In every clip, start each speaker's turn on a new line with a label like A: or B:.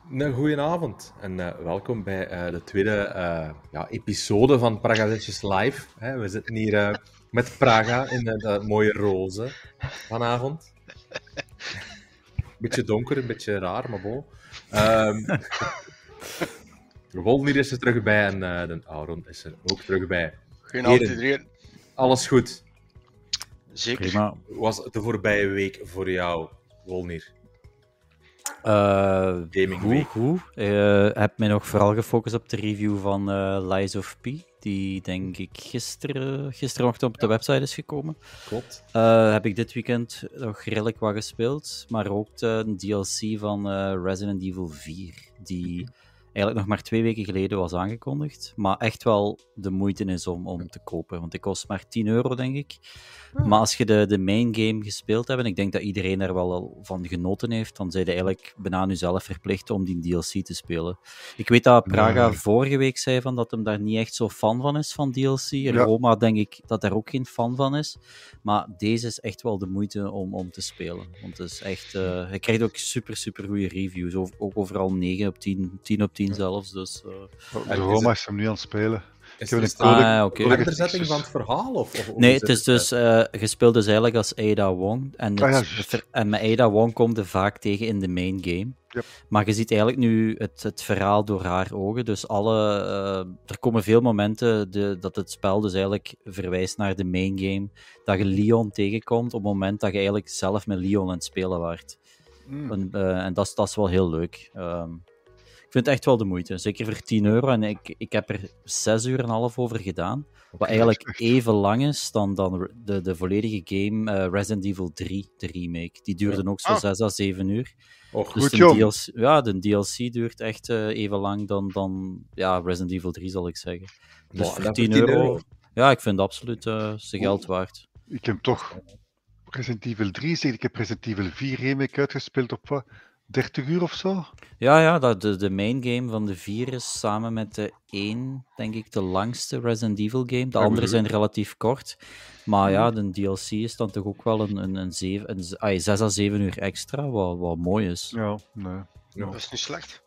A: Een goedenavond en welkom bij de tweede episode van Praga Sessions Live. We zitten hier met Praga in de mooie roze vanavond. Beetje donker, een beetje raar, maar bon. Wolnir is er terug bij en de Aaron is er ook terug bij.
B: Goedenavond iedereen.
A: Alles goed?
B: Zeker.
C: Prima.
A: Hoe was de voorbije week voor jou, Wolnir?
C: Goed. Heb mij nog vooral gefocust op de review van Lies of P, die denk ik gisterochtend op de website is gekomen.
A: Klopt.
C: Heb ik dit weekend nog redelijk wat gespeeld, maar ook de DLC van Resident Evil 4, die eigenlijk nog maar 2 weken geleden was aangekondigd, maar echt wel de moeite is om te kopen, want die kost maar €10, denk ik. Maar als je de main game gespeeld hebt, en ik denk dat iedereen daar wel al van genoten heeft, dan zijn je eigenlijk bijna nu zelf verplicht om die DLC te spelen. Ik weet dat Praga vorige week zei dat hem daar niet echt zo fan van is, van DLC.
D: Ja.
C: Roma denk ik dat daar ook geen fan van is. Maar deze is echt wel de moeite om te spelen. Want het is echt... hij krijgt ook super goede reviews. Ook overal 9 op 10, 10 op 10 zelfs. Dus,
D: De Roma is hem nu aan het spelen.
A: Is
D: heb
A: het
D: een code-
C: oké.
A: een verderzetting van het verhaal? Of
C: Nee,
A: is
C: het is dus... je speelt dus eigenlijk als Ada Wong. En,
D: juist.
C: en met Ada Wong komt je vaak tegen in de main game.
D: Yep.
C: Maar je ziet eigenlijk nu het verhaal door haar ogen. Dus er komen veel momenten dat het spel dus eigenlijk verwijst naar de main game. Dat je Leon tegenkomt op het moment dat je eigenlijk zelf met Leon aan het spelen waart. En dat is wel heel leuk. Ik vind het echt wel de moeite. Zeker voor €10. En ik heb er 6,5 uur over gedaan. Wat eigenlijk even lang is dan de volledige game Resident Evil 3, de remake. Die duurde ook zo 6 à 7 uur.
A: Och,
C: Dus
D: goed,
C: de
D: joh.
C: DLC duurt echt even lang dan Resident Evil 3, zal ik zeggen. Dus
A: Wow,
C: voor
A: dat
C: €10... Ja, ik vind het absoluut zijn geld waard.
D: Ik heb toch Resident Evil 3, zeg ik heb Resident Evil 4 remake uitgespeeld op wat? 30 uur of zo?
C: Ja, de main game van de 4 is samen met de 1, denk ik, de langste Resident Evil game. De andere zijn relatief kort. Maar ja, de DLC is dan toch ook wel een 6 à 7 uur extra, wat mooi is.
D: Ja, nee.
B: Dat is niet slecht.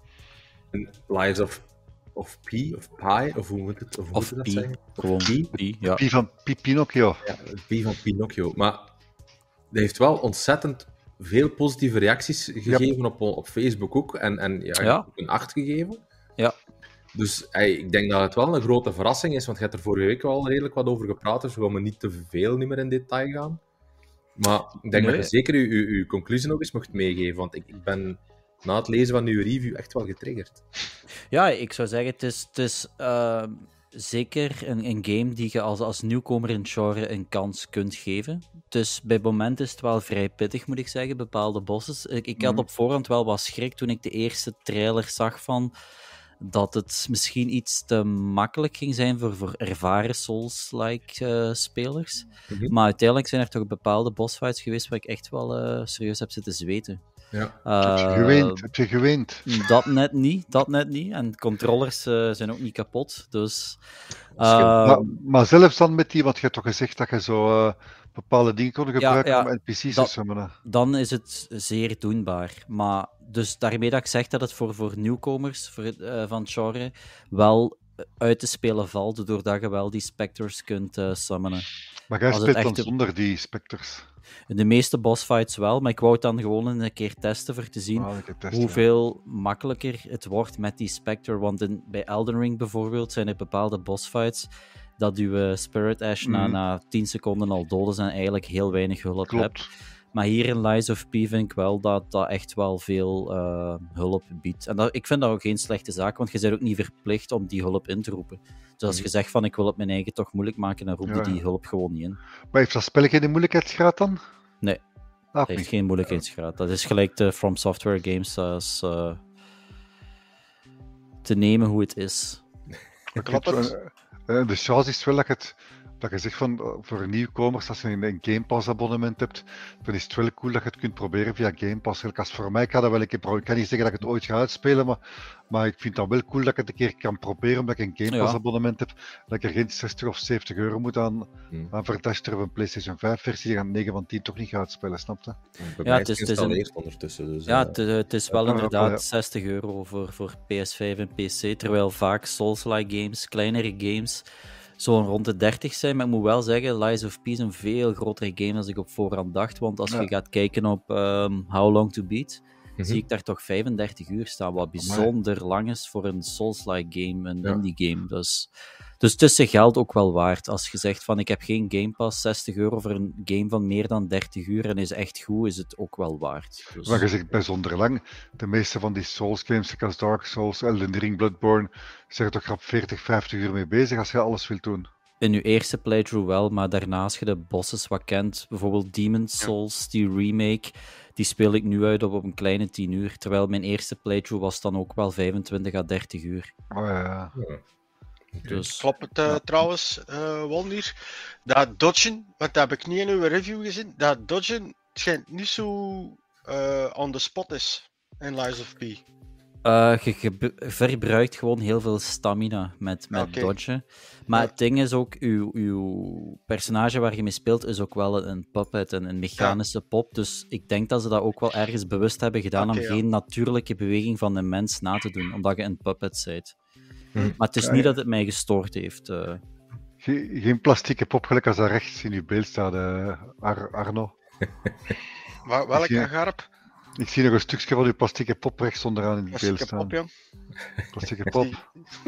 A: Lies of P, of Pi, of hoe moet het,
C: Of
A: dat
C: Pi.
A: zeggen?
C: Gewoon
A: Pi?
C: Pi, ja.
D: Pi van Pinocchio.
A: Ja, het Pi van Pinocchio. Maar dat heeft wel ontzettend veel positieve reacties gegeven op Facebook ook. En
C: Ja.
A: een 8 gegeven.
C: Ja.
A: Dus ik denk dat het wel een grote verrassing is, want je hebt er vorige week wel redelijk wat over gepraat, dus we gaan niet te veel niet meer in detail gaan. Maar ik denk dat je zeker uw conclusie nog eens mocht meegeven, want ik ben na het lezen van uw review echt wel getriggerd.
C: Ja, ik zou zeggen, het is zeker een game die je als nieuwkomer in het genre een kans kunt geven. Dus bij momenten is het wel vrij pittig, moet ik zeggen, bepaalde bosses. Ik had op voorhand wel wat schrik toen ik de eerste trailer zag van dat het misschien iets te makkelijk ging zijn voor ervaren Souls-like spelers. Maar uiteindelijk zijn er toch bepaalde bossfights geweest waar ik echt wel serieus heb zitten zweten.
A: Ja.
D: Heb je geweend?
C: Dat net niet. En de controllers zijn ook niet kapot, dus...
D: Maar zelfs dan met die, want je hebt toch gezegd dat je zo bepaalde dingen kon gebruiken om NPC's te summonen.
C: Dan is het zeer doenbaar. Maar dus daarmee dat ik zeg dat het voor nieuwkomers van het genre wel uit te spelen valt, doordat je wel die specters kunt summonen.
D: Maar jij
C: Als het
D: speelt dan
C: echt
D: zonder die specters.
C: De meeste bossfights wel, maar ik wou het dan gewoon een keer testen voor te zien hoeveel makkelijker het wordt met die Spectre. Want bij Elden Ring bijvoorbeeld zijn er bepaalde bossfights dat uw Spirit Ash na 10 seconden al dood is en eigenlijk heel weinig hulp hebt. Maar hier in Lies of P vind ik wel dat dat echt wel veel hulp biedt. En ik vind dat ook geen slechte zaak, want je bent ook niet verplicht om die hulp in te roepen. Dus als je zegt van ik wil het mijn eigen toch moeilijk maken, dan roep je die hulp gewoon niet in.
D: Maar heeft dat spel geen moeilijkheidsgraad dan?
C: Nee, het heeft geen moeilijkheidsgraad. Dat is gelijk de From Software games als te nemen hoe het is.
D: De chance is wel dat je het Dat je zegt van voor nieuwkomers, als je een Game Pass abonnement hebt, dan is het wel cool dat je het kunt proberen via Game Pass. Als voor mij kan dat wel een keer proberen. Ik kan niet zeggen dat ik het ooit ga uitspelen, maar ik vind dat wel cool dat ik het een keer kan proberen, omdat ik een Game Pass abonnement heb, dat ik er geen 60 of 70 euro moet aan verdasteren op een PlayStation 5 versie, die gaan 9 van 10 toch niet gaat spelen, snap je?
A: Ja, het is ondertussen. Dus,
C: het is wel inderdaad 60 euro voor PS5 en PC, terwijl vaak Souls-like games, kleinere games, zo'n rond de 30 zijn. Maar ik moet wel zeggen, Lies of P is een veel grotere game dan ik op voorhand dacht. Want als je gaat kijken op How Long to Beat, zie ik daar toch 35 uur staan. Wat bijzonder lang is voor een Souls-like game, een indie game. Dus tussen geld ook wel waard. Als je zegt van ik heb geen Game Pass, 60 euro voor een game van meer dan 30 uur en is echt goed, is het ook wel waard. Dus...
D: Maar je zegt bijzonder lang. De meeste van die Souls games, zoals Dark Souls, Elden Ring, Bloodborne, zijn er toch rap 40, 50 uur mee bezig als je alles wilt doen.
C: In je eerste playthrough wel, maar daarna als je de bosses wat kent, bijvoorbeeld Demon's Souls, die remake, die speel ik nu uit op een kleine 10 uur. Terwijl mijn eerste playthrough was dan ook wel 25 à 30 uur.
D: Oh ja.
C: Dus,
B: klopt het trouwens, Wonder? Dat dodgen, want dat heb ik niet in uw review gezien, dat dodgen schijnt niet zo on the spot is in Lies of P.
C: Je verbruikt gewoon heel veel stamina met dodgen. Maar het ding is ook, uw personage waar je mee speelt is ook wel een puppet, een mechanische pop. Dus ik denk dat ze dat ook wel ergens bewust hebben gedaan om geen natuurlijke beweging van een mens na te doen, omdat je een puppet bent. Maar het is niet dat het mij gestoord heeft.
D: Geen plastieke pop, gelijk als dat rechts in uw beeld staat, Arno.
B: Welke garp?
D: Ik zie nog een stukje van uw plastieke pop rechts onderaan in het beeld staan. Plastieke pop.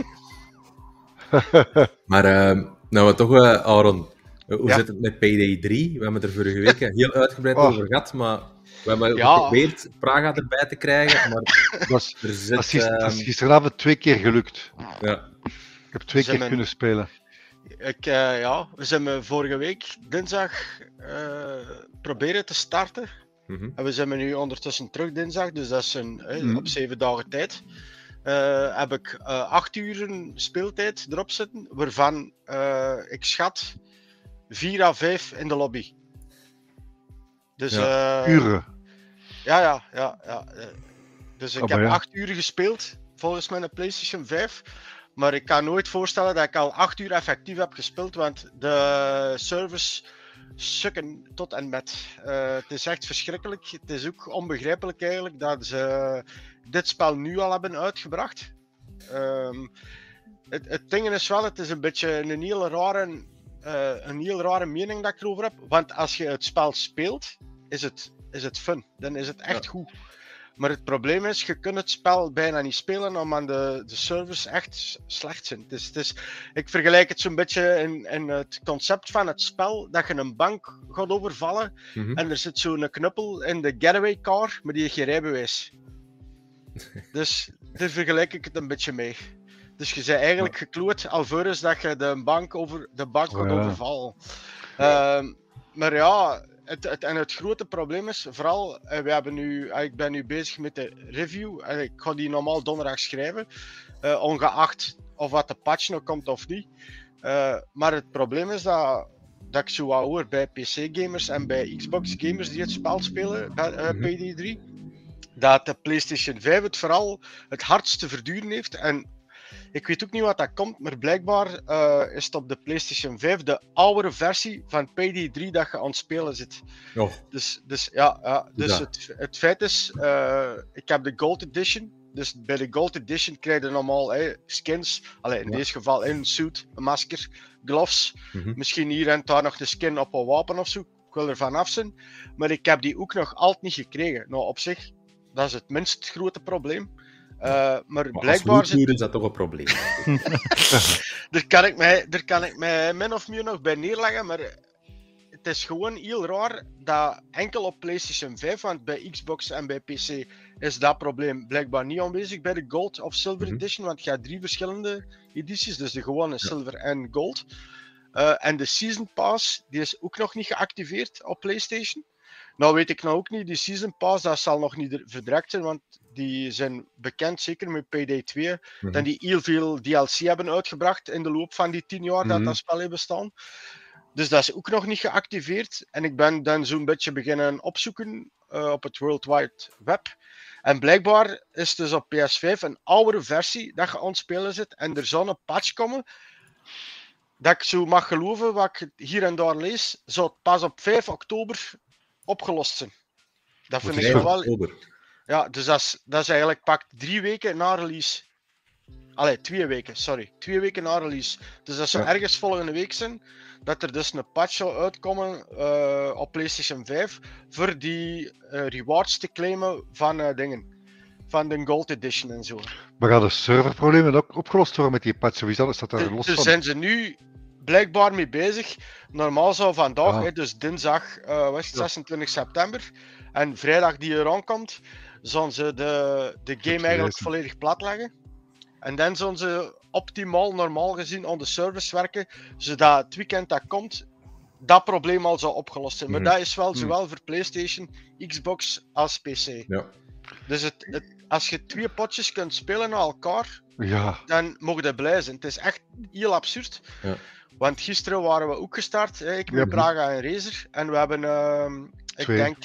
A: Maar, nou toch, Aaron, hoe zit het met Payday 3? We hebben het er vorige week heel uitgebreid over gehad, maar we hebben geprobeerd Praga erbij te krijgen. Maar
D: dat is gisteravond 2 keer gelukt.
A: Ja.
D: Ik heb 2 keer kunnen spelen.
B: We zijn vorige week dinsdag proberen te starten. En we zijn nu ondertussen terug dinsdag, dus dat is op 7 dagen tijd. Heb ik 8 uur speeltijd erop zitten, waarvan ik schat 4 à 5 in de lobby. Dus,
D: uren?
B: Ja. Dus ik heb 8 uur gespeeld, volgens mijn PlayStation 5. Maar ik kan nooit voorstellen dat ik al 8 uur effectief heb gespeeld, want de servers sukken tot en met. Het is echt verschrikkelijk. Het is ook onbegrijpelijk eigenlijk dat ze dit spel nu al hebben uitgebracht. Het ding is wel, het is een beetje een heel rare mening dat ik erover heb. Want als je het spel speelt, is het fun. Dan is het echt goed. Maar het probleem is, je kunt het spel bijna niet spelen omdat de servers echt slecht zijn. Ik vergelijk het zo'n beetje in het concept van het spel, dat je een bank gaat overvallen en er zit zo'n knuppel in de getaway car, maar die heeft geen rijbewijs. Dus daar vergelijk ik het een beetje mee. Dus je bent eigenlijk gekloot alvorens dat je de bank gaat overvallen. Maar ja... Het grote probleem is, vooral, ik ben nu bezig met de review, ik ga die normaal donderdag schrijven, ongeacht of wat de patch nog komt of niet. Maar het probleem is dat ik zo wat hoor bij PC-gamers en bij Xbox-gamers die het spel spelen, Payday 3, dat de PlayStation 5 het vooral het hardst te verduren heeft. En ik weet ook niet wat dat komt, maar blijkbaar is het op de PlayStation 5 de oudere versie van Payday 3 dat je aan het spelen zit.
A: Oh.
B: Dus het feit is, ik heb de Gold Edition. Dus bij de Gold Edition krijg je normaal skins. In deze geval een suit, een masker, gloves. Misschien hier en daar nog de skin op een wapen of zo. Ik wil er vanaf zijn. Maar ik heb die ook nog altijd niet gekregen. Nou, op zich, dat is het minst grote probleem. Maar blijkbaar
A: is dat toch een probleem.
B: Daar kan ik mij min of meer nog bij neerleggen, maar het is gewoon heel raar dat enkel op PlayStation 5, want bij Xbox en bij PC is dat probleem blijkbaar niet aanwezig bij de Gold of Silver Edition, want je hebt 3 verschillende edities, dus de gewone Silver en Gold. En de Season Pass, die is ook nog niet geactiveerd op PlayStation. Nou weet ik nou ook niet, die Season Pass, dat zal nog niet verdrakt zijn, want die zijn bekend, zeker met Payday 2, dat die heel veel DLC hebben uitgebracht in de loop van die 10 jaar dat spel heeft bestaan. Dus dat is ook nog niet geactiveerd. En ik ben dan zo'n beetje beginnen opzoeken op het World Wide Web. En blijkbaar is dus op PS5 een oudere versie dat je aan het spelen zit. En er zou een patch komen. Dat ik zo mag geloven, wat ik hier en daar lees, zou het pas op 5 oktober opgelost zijn. Dat vind ik wel... Ja, dus dat is eigenlijk pakt 3 weken na release. Allee, 2 weken, sorry. 2 weken na release. Dus dat zou ergens volgende week zijn. Dat er dus een patch zou uitkomen op PlayStation 5. Voor die rewards te claimen van dingen. Van de Gold Edition en zo.
D: Maar gaan de serverproblemen ook opgelost worden met die patch? Sowieso is dat daar los van?
B: Daar zijn ze nu blijkbaar mee bezig. Normaal zou vandaag, dus dinsdag 26 september. En vrijdag die er aankomt, zullen ze de game eigenlijk volledig platleggen. En dan zullen ze optimaal, normaal gezien, aan de servers werken, zodat het weekend dat komt, dat probleem al zou opgelost zijn. Maar dat is wel zowel voor PlayStation, Xbox als PC.
A: Ja.
B: Dus als je 2 potjes kunt spelen naar elkaar, dan mogen je blij zijn. Het is echt heel absurd. Ja. Want gisteren waren we ook gestart, ik met Braga en Razer. En we hebben, ik denk,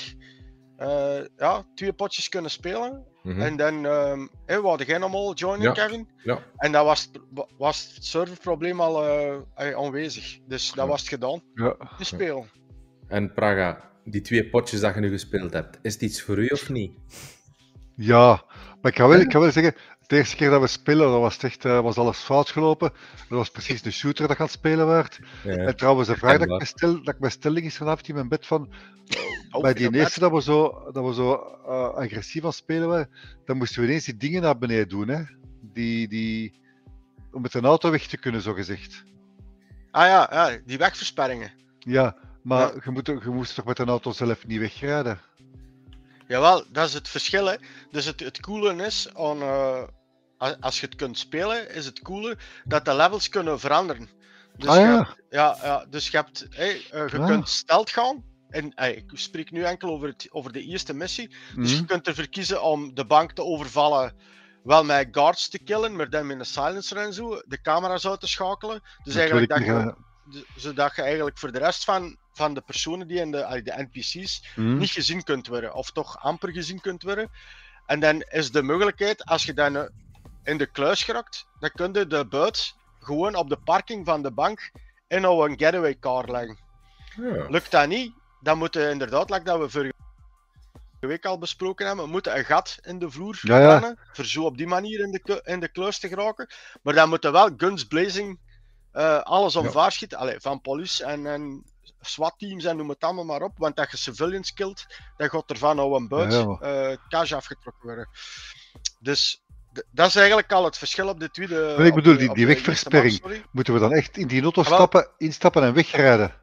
B: 2 potjes kunnen spelen. En dan we hadden geen allemaal joinen, Kevin. Ja. En dat was het serverprobleem al aanwezig. Dus dat was het gedaan. Te spelen.
A: En Praga, die 2 potjes dat je nu gespeeld hebt, is het iets voor u of niet?
D: Ja, maar ik kan wel zeggen, de eerste keer dat we spelen, dat was echt, was alles fout gelopen. Dat was precies de shooter dat aan het spelen werd. Ja. En trouwens, de vraag dat ik mijn stelling is vanavond in mijn bed van, bij die eerste dat we zo agressief aan het spelen waren, dan moesten we ineens die dingen naar beneden doen, hè. Om met een auto weg te kunnen, zo gezegd.
B: Die wegversperringen.
D: Ja, maar je moest toch met een auto zelf niet wegrijden?
B: Jawel, dat is het verschil. Hè. Dus het coole is, als je het kunt spelen, is het coole dat de levels kunnen veranderen. Dus dus je hebt, je kunt stealth gaan. En ik spreek nu enkel over de eerste missie. Dus je kunt ervoor kiezen om de bank te overvallen, wel met guards te killen, maar dan met een silencer en zo, de camera's uit te schakelen. Dus eigenlijk zodat je eigenlijk voor de rest van de personen die in de NPC's niet gezien kunt worden, of toch amper gezien kunt worden. En dan is de mogelijkheid, als je dan in de kluis geraakt, dan kun je de buit gewoon op de parking van de bank in een getaway car leggen. Ja. Lukt dat niet, dan moeten we inderdaad, like dat we vorige week al besproken hebben, we moeten een gat in de vloer plannen, voor zo op die manier in de kluis te geraken. Maar dan moeten wel guns blazing alles omvaar schieten, van police en SWAT-teams en noem het allemaal maar op, want dat je civilians killt, dan gaat er van een buit cash afgetrokken worden. Dus dat is eigenlijk al het verschil op de tweede...
D: Maar ik bedoel, die wegversperring, moeten we dan echt in die auto instappen en wegrijden?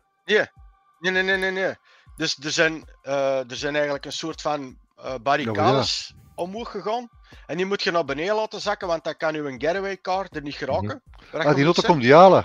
B: Nee. Dus er zijn eigenlijk een soort van barricades omhoog gegaan. En die moet je naar beneden laten zakken, want dan kan je een getaway car er niet geraken.
D: Die auto komt die halen.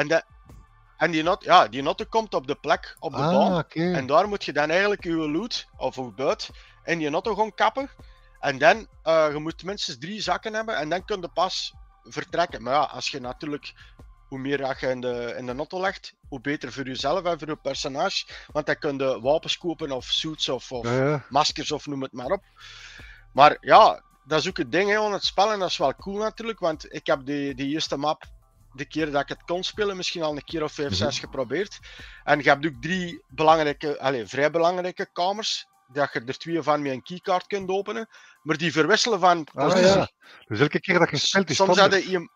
B: En die auto komt op de plek, op de baan. Okay. En daar moet je dan eigenlijk je loot, of je buit, in die auto gaan kappen. En dan, je moet minstens 3 zakken hebben en dan kun je pas vertrekken. Maar als je natuurlijk, hoe meer je in de auto legt, hoe beter voor jezelf en voor je personage. Want dan kun je wapens kopen of suits of maskers of noem het maar op. Maar dat is ook het ding aan het spel en dat is wel cool natuurlijk. Want ik heb die eerste map, de keer dat ik het kon spelen, misschien al een keer of 5, 6 geprobeerd. En je hebt ook 3 vrij belangrijke kamers. Dat je er 2 van met een keycard kunt openen. Maar die verwisselen van positie.
D: Dus elke keer dat je speelt is
B: soms hadden je...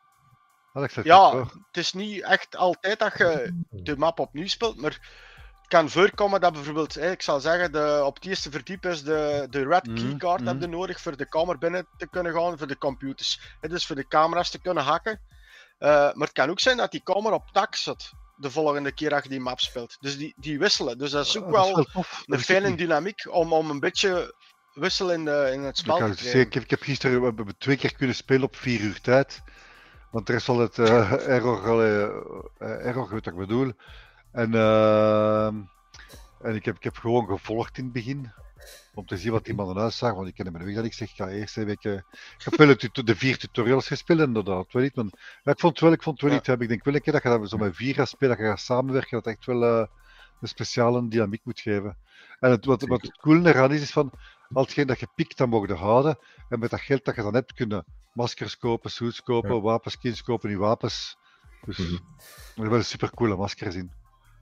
B: het is niet echt altijd dat je de map opnieuw speelt, maar het kan voorkomen dat bijvoorbeeld, ik zal zeggen, op het eerste verdiep is de red keycard heb je nodig voor de kamer binnen te kunnen gaan, voor de computers. Dus voor de camera's te kunnen hacken. Maar het kan ook zijn dat die kamer op tak zit de volgende keer dat je die map speelt. Dus die wisselen. Dus dat is ook wel een fijne dynamiek om een beetje wissel in het spel te krijgen.
D: Ik heb gisteren we hebben 2 keer kunnen spelen op 4 uur tijd. Want er is al het error, weet wat ik bedoel. En ik heb gewoon gevolgd in het begin. om te zien wat die mannen uitzagen, want ik ken hem in de weg dat ik zeg, ik ga eerst een week... Ik heb wel de 4 tutorials gespeeld, inderdaad, wel niet, maar ja, ik vond het wel niet. Ik denk wel een keer dat je dat zo met 4 gaat spelen, dat je gaat samenwerken, dat het echt wel een speciale dynamiek moet geven. En wat het coole eraan is van, al hetgeen dat je pikt, dat mogen houden, en met dat geld dat je dan hebt, kunnen maskers kopen, suits kopen, wapenskins kopen, die wapens. Dus er zijn wel super coole maskers in.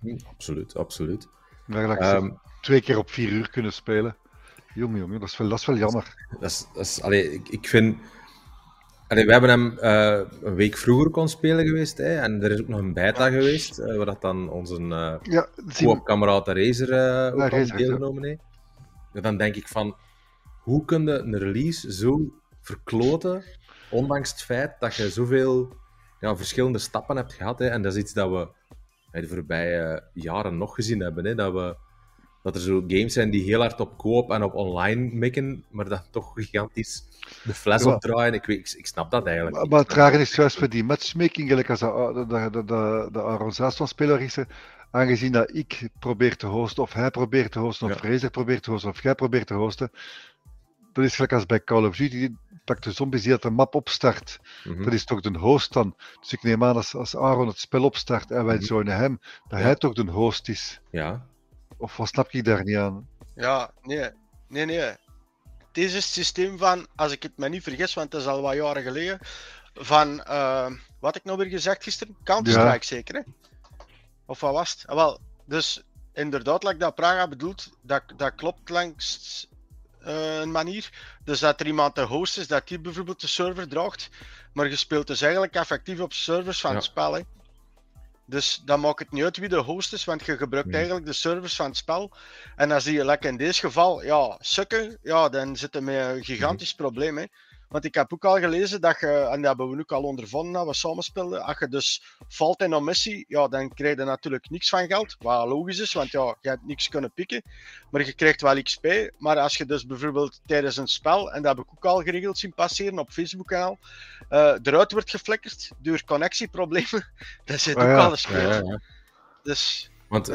A: Absoluut.
D: Ja, dat je 2 keer op 4 uur kunnen spelen. Jongen, dat is wel jammer.
A: Ik vind... we hebben hem een week vroeger kon spelen geweest, hè, en er is ook nog een beta geweest, waar dat dan onze co-op-kameraad de Razer ook al deelgenomen heeft. En dan denk ik van, hoe kun je een release zo verkloten, ondanks het feit dat je zoveel verschillende stappen hebt gehad, hè, en dat is iets dat we de voorbije jaren nog gezien hebben, hè, dat er zo games zijn die heel hard op co-op en op online mikken, maar dat toch gigantisch de fles opdraaien. Ik snap dat eigenlijk.
D: Maar het rare is juist voor die matchmaking, gelijk als de Aaron Zaasman speler is, aangezien dat ik probeer te hosten, of hij probeert te hosten, of Razer probeert te hosten, of jij probeert te hosten, dat is gelijk als bij Call of Duty, dat de zombies die dat de map opstart, dat is toch de host dan. Dus ik neem aan als Aaron het spel opstart en wij joinen hem, dat hij toch de host is.
A: Ja.
D: Of wat snap je daar niet aan?
B: Ja, nee. Deze is het systeem van, als ik het me niet vergis, want het is al wat jaren geleden, van, wat ik nou weer gezegd gisteren? Counter-Strike zeker, hè? Of wat was het? Wel, dus inderdaad, like dat Praga bedoelt, dat klopt langs een manier. Dus dat er iemand de host is, dat die bijvoorbeeld de server draagt, maar je speelt dus eigenlijk effectief op servers van het spel, hè? Dus dan maakt het niet uit wie de host is, want je gebruikt eigenlijk de servers van het spel. En als die, like in deze geval, sukken, dan zit er met een gigantisch probleem, hè. Want ik heb ook al gelezen dat je, en dat hebben we ook al ondervonden dat we samen speelden, als je dus valt in een missie, dan krijg je natuurlijk niks van geld, wat logisch is, want je hebt niks kunnen pikken, maar je krijgt wel XP. Maar als je dus bijvoorbeeld tijdens een spel, en dat heb ik ook al geregeld zien passeren op Facebook en al, eruit wordt geflikkerd door connectieproblemen, dat zit ook al een speel.
A: Ja.
B: Dus...
A: Want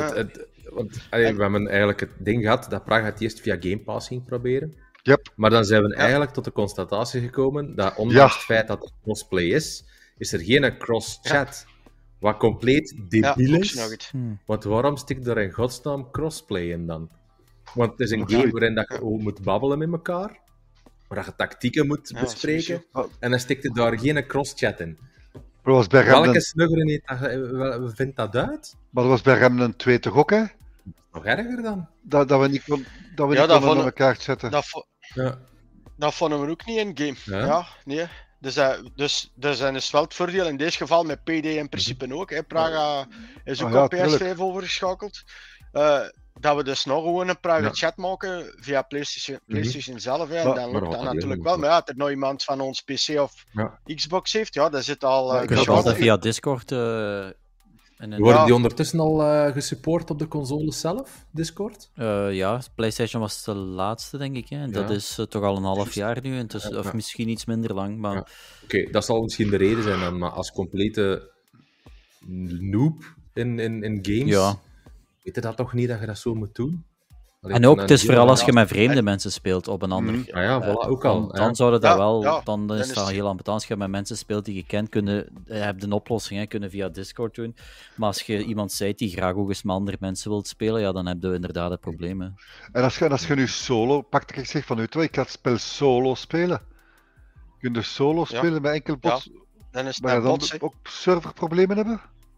A: we hebben eigenlijk het ding gehad dat Praga het eerst via Game Pass ging proberen.
D: Yep.
A: Maar dan zijn we eigenlijk tot de constatatie gekomen dat ondanks het feit dat er crossplay is er geen cross-chat. Wat compleet debiel is. Want waarom stikt er in godsnaam crossplay in dan? Want het is een game waarin dat je moet babbelen met elkaar, waar je tactieken moet bespreken, en dan stikt er daar geen cross-chat in. Welke snugger vindt dat uit?
D: Maar dat was bij Remnant 2 toch ook, hè?
A: Nog erger dan?
D: Dat we niet konden naar elkaar zetten.
B: Dat vonden we ook niet in game. Ja, nee. Dus dat is wel het voordeel in deze geval met PD in principe ook. Hè. Praga is ook op PS5 overgeschakeld. Dat we dus nog gewoon een private chat maken via PlayStation zelf. Hè. En dan loopt dat natuurlijk wel. Maar als er nou iemand van ons PC of Xbox heeft, dat zit al...
C: je kunt altijd via Discord...
A: Worden die ondertussen al gesupport op de consoles zelf, Discord?
C: PlayStation was de laatste, denk ik. Hè? En dat is toch al een half jaar nu, of misschien iets minder lang. Maar...
A: Oké, dat zal misschien de reden zijn dan, maar als complete noob in games, weet je dat toch niet dat je dat zo moet doen?
C: En ook, het is vooral als je met vreemde mensen speelt op een ander...
A: voilà, ook al.
C: Dan zou dat wel... Dan is dat heel ambetant. Als je met mensen speelt die je kent, heb je een oplossing, hè, kunnen via Discord doen. Maar als je iemand zijt die graag ook eens met andere mensen wilt spelen, dan heb je inderdaad een probleem. Hè.
D: En als je nu solo... Pak ik zeg van, ik ga het spel solo spelen. Kun je solo spelen met enkel bots?
B: Dan is het
D: maar
B: dan
D: ook serverproblemen hebben?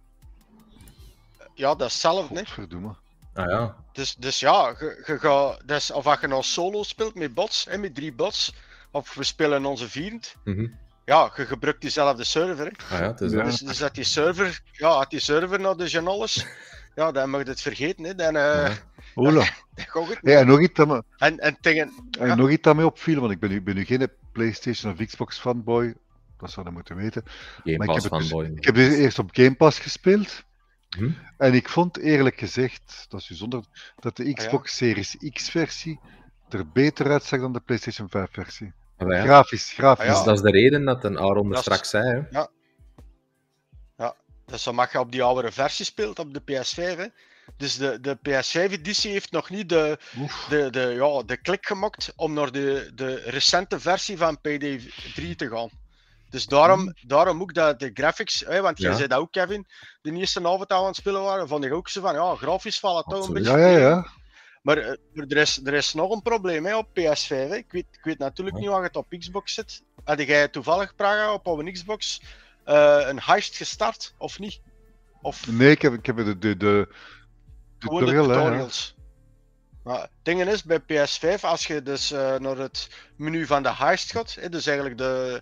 B: Ja, dat is hetzelfde, hè.
D: Verdomme.
B: Dus je gaat... Dus, of als je nou solo speelt met bots, hè, met 3 bots, of we spelen onze 4, je gebruikt diezelfde server, hè. Dus dat die server... als die server nou de alles, dan mag je het vergeten, hè. Dan gaat het niet.
D: En nog iets dat me...
B: nog
D: iets dat mij opviel, want ik ben nu geen PlayStation of Xbox fanboy, dat zou je moeten weten.
A: Game Pass fanboy.
D: Ik heb dus eerst op Game Pass gespeeld. En ik vond eerlijk gezegd, dat is bijzonder, dat de Xbox Series X-versie er beter uitzag dan de PlayStation 5-versie. Grafisch.
A: Dus dat is de reden dat een Aaron straks zei. Hè?
B: Dus dan mag je op die oudere versie speelt, op de PS5, hè. Dus de PS5-editie heeft nog niet de klik gemaakt om naar de recente versie van PD3 te gaan. Dus daarom ook dat de graphics, want jij zei dat ook, Kevin, de eerste avond aan het spelen waren, vond ik ook zo van, grafisch valt het toch een beetje tegen.
D: Ja.
B: Maar er is nog een probleem op PS5. Hè. Ik weet natuurlijk niet waar het op Xbox zit. Had jij toevallig, Praga, op een Xbox een heist gestart, of niet? Of...
D: Nee, ik heb de
B: tutorials. Maar het ding is, bij PS5, als je dus naar het menu van de heist gaat, dus eigenlijk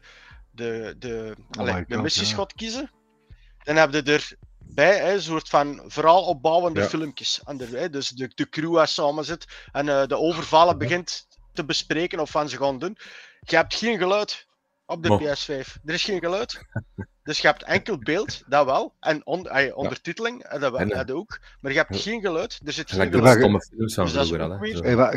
B: de missies gaat kiezen, dan heb je erbij een soort van verhaal opbouwende filmpjes. Dus de crew als samen zit en de overvallen begint te bespreken of wat ze gaan doen. Je hebt geen geluid op de PS5. Er is geen geluid. Dus je hebt enkel beeld, dat wel. En ondertiteling, dat wel, dat ook. Maar je hebt geen geluid. Er zit geen geluid.
A: Stomme films van vroeger al.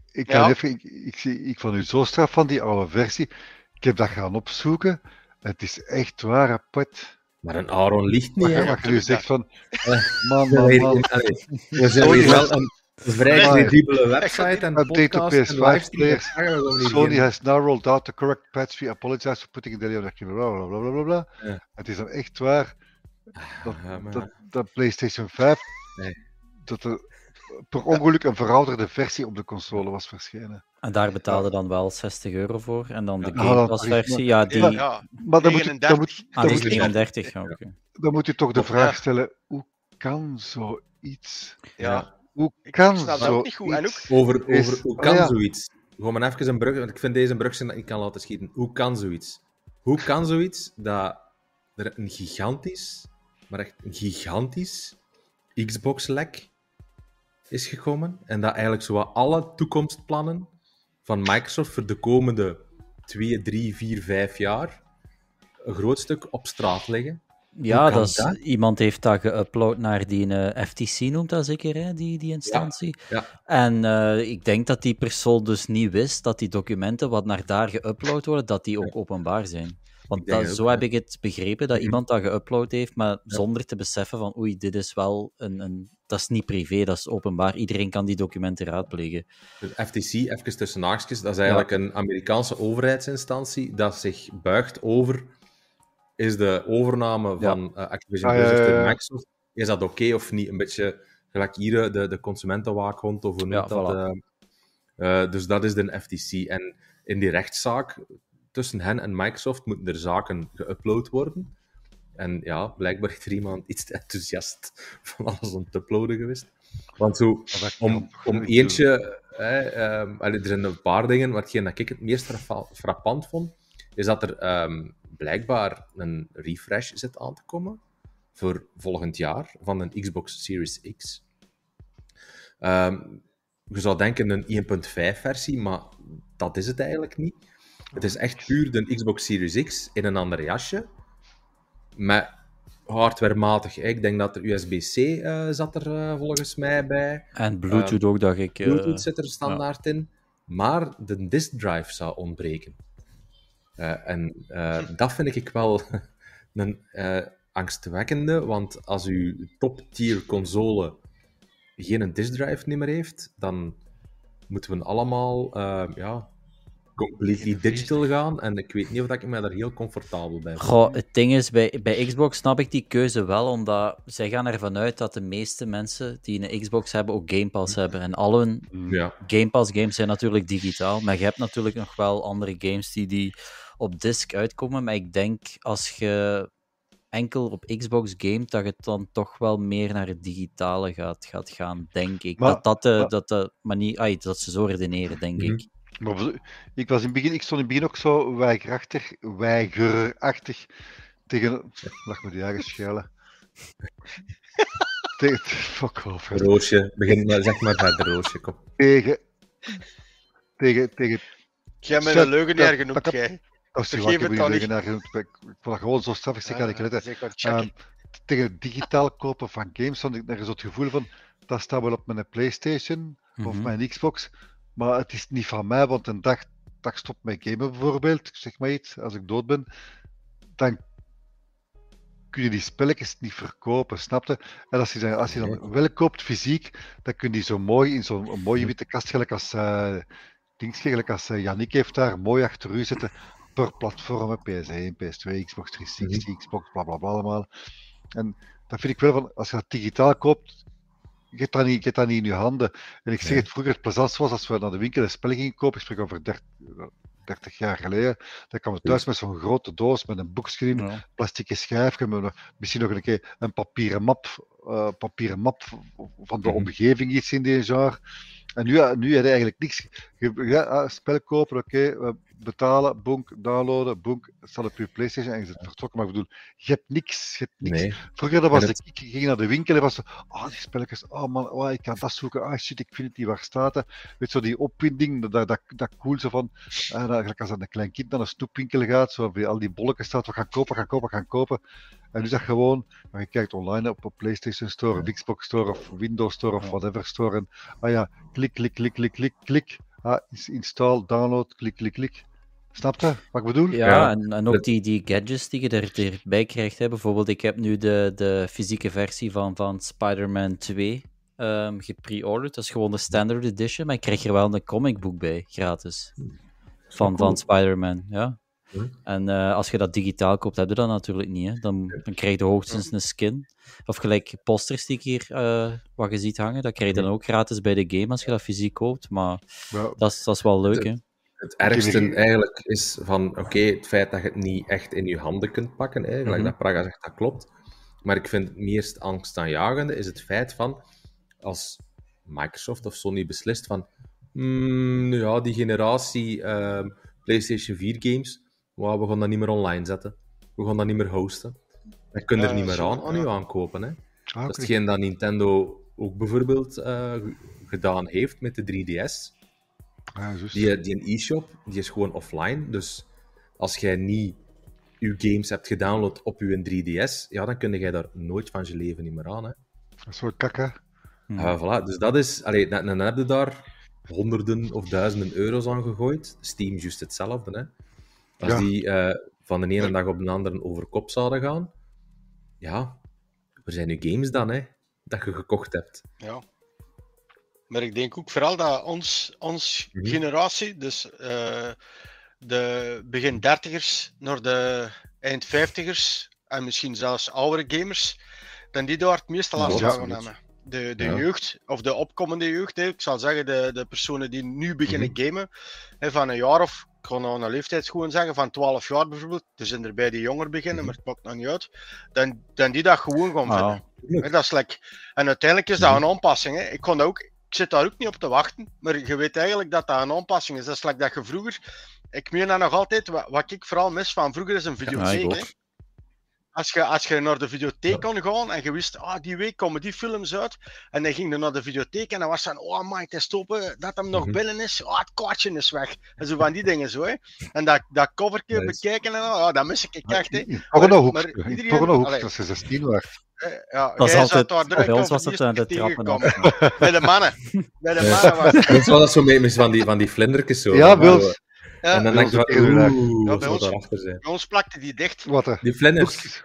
D: Ik vond u zo straf van die oude versie. Ik heb dat gaan opzoeken. Het is echt waar, apart.
A: Maar een Aaron ligt niet, hè?
D: Wat je nu zegt van... Man.
A: We zijn hier wel een vrij credibele website en podcast en livestream.
D: Sony has now rolled out the correct patch. We apologize for putting it there. Blablabla. Het is dan echt waar dat PlayStation 5 dat er per ongeluk een verouderde versie op de console was verschenen.
C: En daar betaalde dan wel €60 voor. En dan de Game Pass versie,
D: maar dan moet
C: 39.
D: Dan moet je toch de vraag stellen, hoe kan zoiets?
B: Ja.
D: Hoe kan
B: zoiets?
A: Over hoe kan zoiets? Gewoon maar even een brug, want ik vind deze brug dat ik kan laten schieten. Hoe kan zoiets? Hoe kan zoiets dat er een gigantisch, maar echt een gigantisch Xbox-lek is gekomen en dat eigenlijk zowat alle toekomstplannen van Microsoft voor de komende 2, 3, 4, 5 jaar een groot stuk op straat liggen?
C: Ja, iemand heeft dat geüpload naar die FTC, noemt dat zeker, hè? Die instantie.
A: Ja.
C: En ik denk dat die persoon dus niet wist dat die documenten wat naar daar geüpload worden, dat die ook openbaar zijn. Want zo heb ik het begrepen, dat iemand dat geüpload heeft, maar zonder te beseffen van oei, dit is wel dat is niet privé, dat is openbaar. Iedereen kan die documenten raadplegen.
A: De FTC, even tussen haakjes, dat is eigenlijk een Amerikaanse overheidsinstantie dat zich buigt over is de overname van Activision Blizzard door Microsoft, is dat oké of niet? Een beetje gelijk hier de consumentenwaakhond of hoe noemt dat? Voilà. Dus dat is de FTC. En in die rechtszaak tussen hen en Microsoft moeten er zaken geüpload worden. En ja, blijkbaar is er iemand iets te enthousiast van alles om te uploaden geweest. Want zo, om eentje... er zijn een paar dingen, watgeen dat ik het meest frappant vond, is dat er blijkbaar een refresh zit aan te komen voor volgend jaar van een Xbox Series X. Je zou denken een 1.5-versie, maar dat is het eigenlijk niet. Het is echt puur de Xbox Series X in een ander jasje, met hardwarematig. Ik denk dat er USB-C zat er volgens mij bij.
C: En Bluetooth ook, dacht ik.
A: Bluetooth zit er standaard in. Maar de disk drive zou ontbreken. Dat vind ik wel een angstwekkende, want als uw top-tier console geen disk drive meer heeft, dan moeten we allemaal completely digital gaan. En ik weet niet of ik me daar heel comfortabel bij voel.
C: Het ding is, bij Xbox snap ik die keuze wel, omdat zij gaan ervan uit dat de meeste mensen die een Xbox hebben ook Game Pass hebben. En al hun Game Pass games zijn natuurlijk digitaal, maar je hebt natuurlijk nog wel andere games die op disc uitkomen. Maar ik denk, als je enkel op Xbox gamet, dat het dan toch wel meer naar het digitale gaat gaan, denk ik. Maar, dat ze zo redeneren, denk ik.
D: Maar ik stond in het begin ook zo weigerachtig tegen... Lach me die eigen schelen. Fuck off.
A: Roosje, begin maar, zeg maar verder, Roosje, kom.
D: Tegen...
B: Jij bent een leugenaar genoemd, jij.
D: Als je wat leugenaar genoemd, ik vond dat gewoon zo straf, ik kan niet letten. Tegen het digitaal kopen van games had ik nergens het gevoel van, dat staat wel op mijn PlayStation of mijn Xbox, maar het is niet van mij, want een dag dat ik stop met gamen bijvoorbeeld, zeg maar iets, als ik dood ben, dan kun je die spelletjes niet verkopen, snap je? En als je dan wel koopt fysiek, dan kun je die zo mooi in zo'n mooie witte kast, gelijk als Yannick heeft daar, mooi achter u zetten, per platform, PS1, PS2, Xbox 360, Xbox, bla bla bla allemaal. En dat vind ik wel van, als je dat digitaal koopt, je hebt dat niet in je handen. En ik zeg het, vroeger het plezantste was als we naar de winkel een spel gingen kopen, ik spreek over 30 jaar geleden, dan kwamen we thuis met zo'n grote doos met een boekje in, plastic schijfje, met misschien nog een keer een papieren map van de omgeving, iets in die genre. En nu heb je eigenlijk niks. Spel kopen, oké, betalen, boek, downloaden, boek, het staat op je PlayStation en je zit vertrokken. Maar ik bedoel, je hebt niks.
A: Nee.
D: Vroeger was ik ging naar de winkel en was zo, die spelletjes, man, ik kan dat zoeken, shit, ik vind het niet, waar staat het? Weet zo, die opwinding, dat cool zo van, als een klein kind naar een snoepwinkel gaat, zo bij al die bolletjes staat, we gaan kopen. En nu is dat gewoon, maar je kijkt online op PlayStation Store, of Xbox Store, of Windows Store, of whatever store, en klik. Install, download, klik. Snap je wat ik bedoel?
C: Ja. En ook die gadgets die je erbij krijgt. Hè. Bijvoorbeeld, ik heb nu de fysieke versie van Spider-Man 2 gepre-orderd. Dat is gewoon de standard edition, maar ik krijg er wel een comicboek bij, gratis. Van Spider-Man, ja. En als je dat digitaal koopt, heb je dat natuurlijk niet. Hè. Dan krijg je hoogstens een skin. Of gelijk posters die ik hier wat je ziet hangen, dat krijg je dan ook gratis bij de game als je dat fysiek koopt. Maar dat is wel leuk, hè.
A: Het ergste eigenlijk is van, het feit dat je het niet echt in je handen kunt pakken, eigenlijk, dat Praga zegt, dat klopt. Maar ik vind het meest angstaanjagende is het feit van, als Microsoft of Sony beslist van, die generatie PlayStation 4 games, we gaan dat niet meer online zetten. We gaan dat niet meer hosten. Dan kun je er niet meer aan je aankopen. Hè. Dat is hetgeen dat Nintendo ook bijvoorbeeld gedaan heeft met de 3DS. Die een e-shop, die is gewoon offline. Dus als jij niet je games hebt gedownload op je 3DS, dan kun jij daar nooit van je leven niet meer aan. Hè.
D: Dat is wel kakken.
A: Voilà. Dus dat is... dan heb je daar honderden of duizenden euro's aan gegooid. Steam is juist hetzelfde. Hè. Als die van de ene dag op de andere over kop zouden gaan, waar zijn je games dan, hè, dat je gekocht hebt?
B: Ja. Maar ik denk ook vooral dat ons generatie, dus de begin 30ers naar de eind 50ers en misschien zelfs oudere gamers, dan die daar het meeste last van gaan hebben. De jeugd, of de opkomende jeugd, ik zal zeggen, de personen die nu beginnen gamen, van een jaar of, ik ga nou een leeftijd gewoon zeggen, van 12 jaar bijvoorbeeld, er zijn er bij die jonger beginnen, maar het maakt nog niet uit, dan die dat gewoon gaan vinden. Dat is en uiteindelijk is dat een aanpassing. Hè. Ik zit daar ook niet op te wachten, maar je weet eigenlijk dat dat een aanpassing is. Dat is dat je vroeger, ik meen dat nog altijd, wat ik vooral mis van vroeger is een videotheek. Hè. Als je naar de videotheek kon gaan en je wist, die week komen die films uit, en dan ging je naar de videotheek en dan was dan, man, het is stoppen, dat hem nog binnen is, het kaartje is weg. En zo van die dingen zo, hè. En dat covertje bekijken en al, dat mis ik echt, hè.
D: Toch als je 16 was.
C: Dat is altijd, bij ons was het aan de trappen.
B: Bij de mannen was het.
A: Dat was dat zo met van die vlindertjes zo.
D: Ja, Wils.
A: En dan denk je van,
B: bij ons plakte die dicht.
D: Wat?
A: Die vlinders.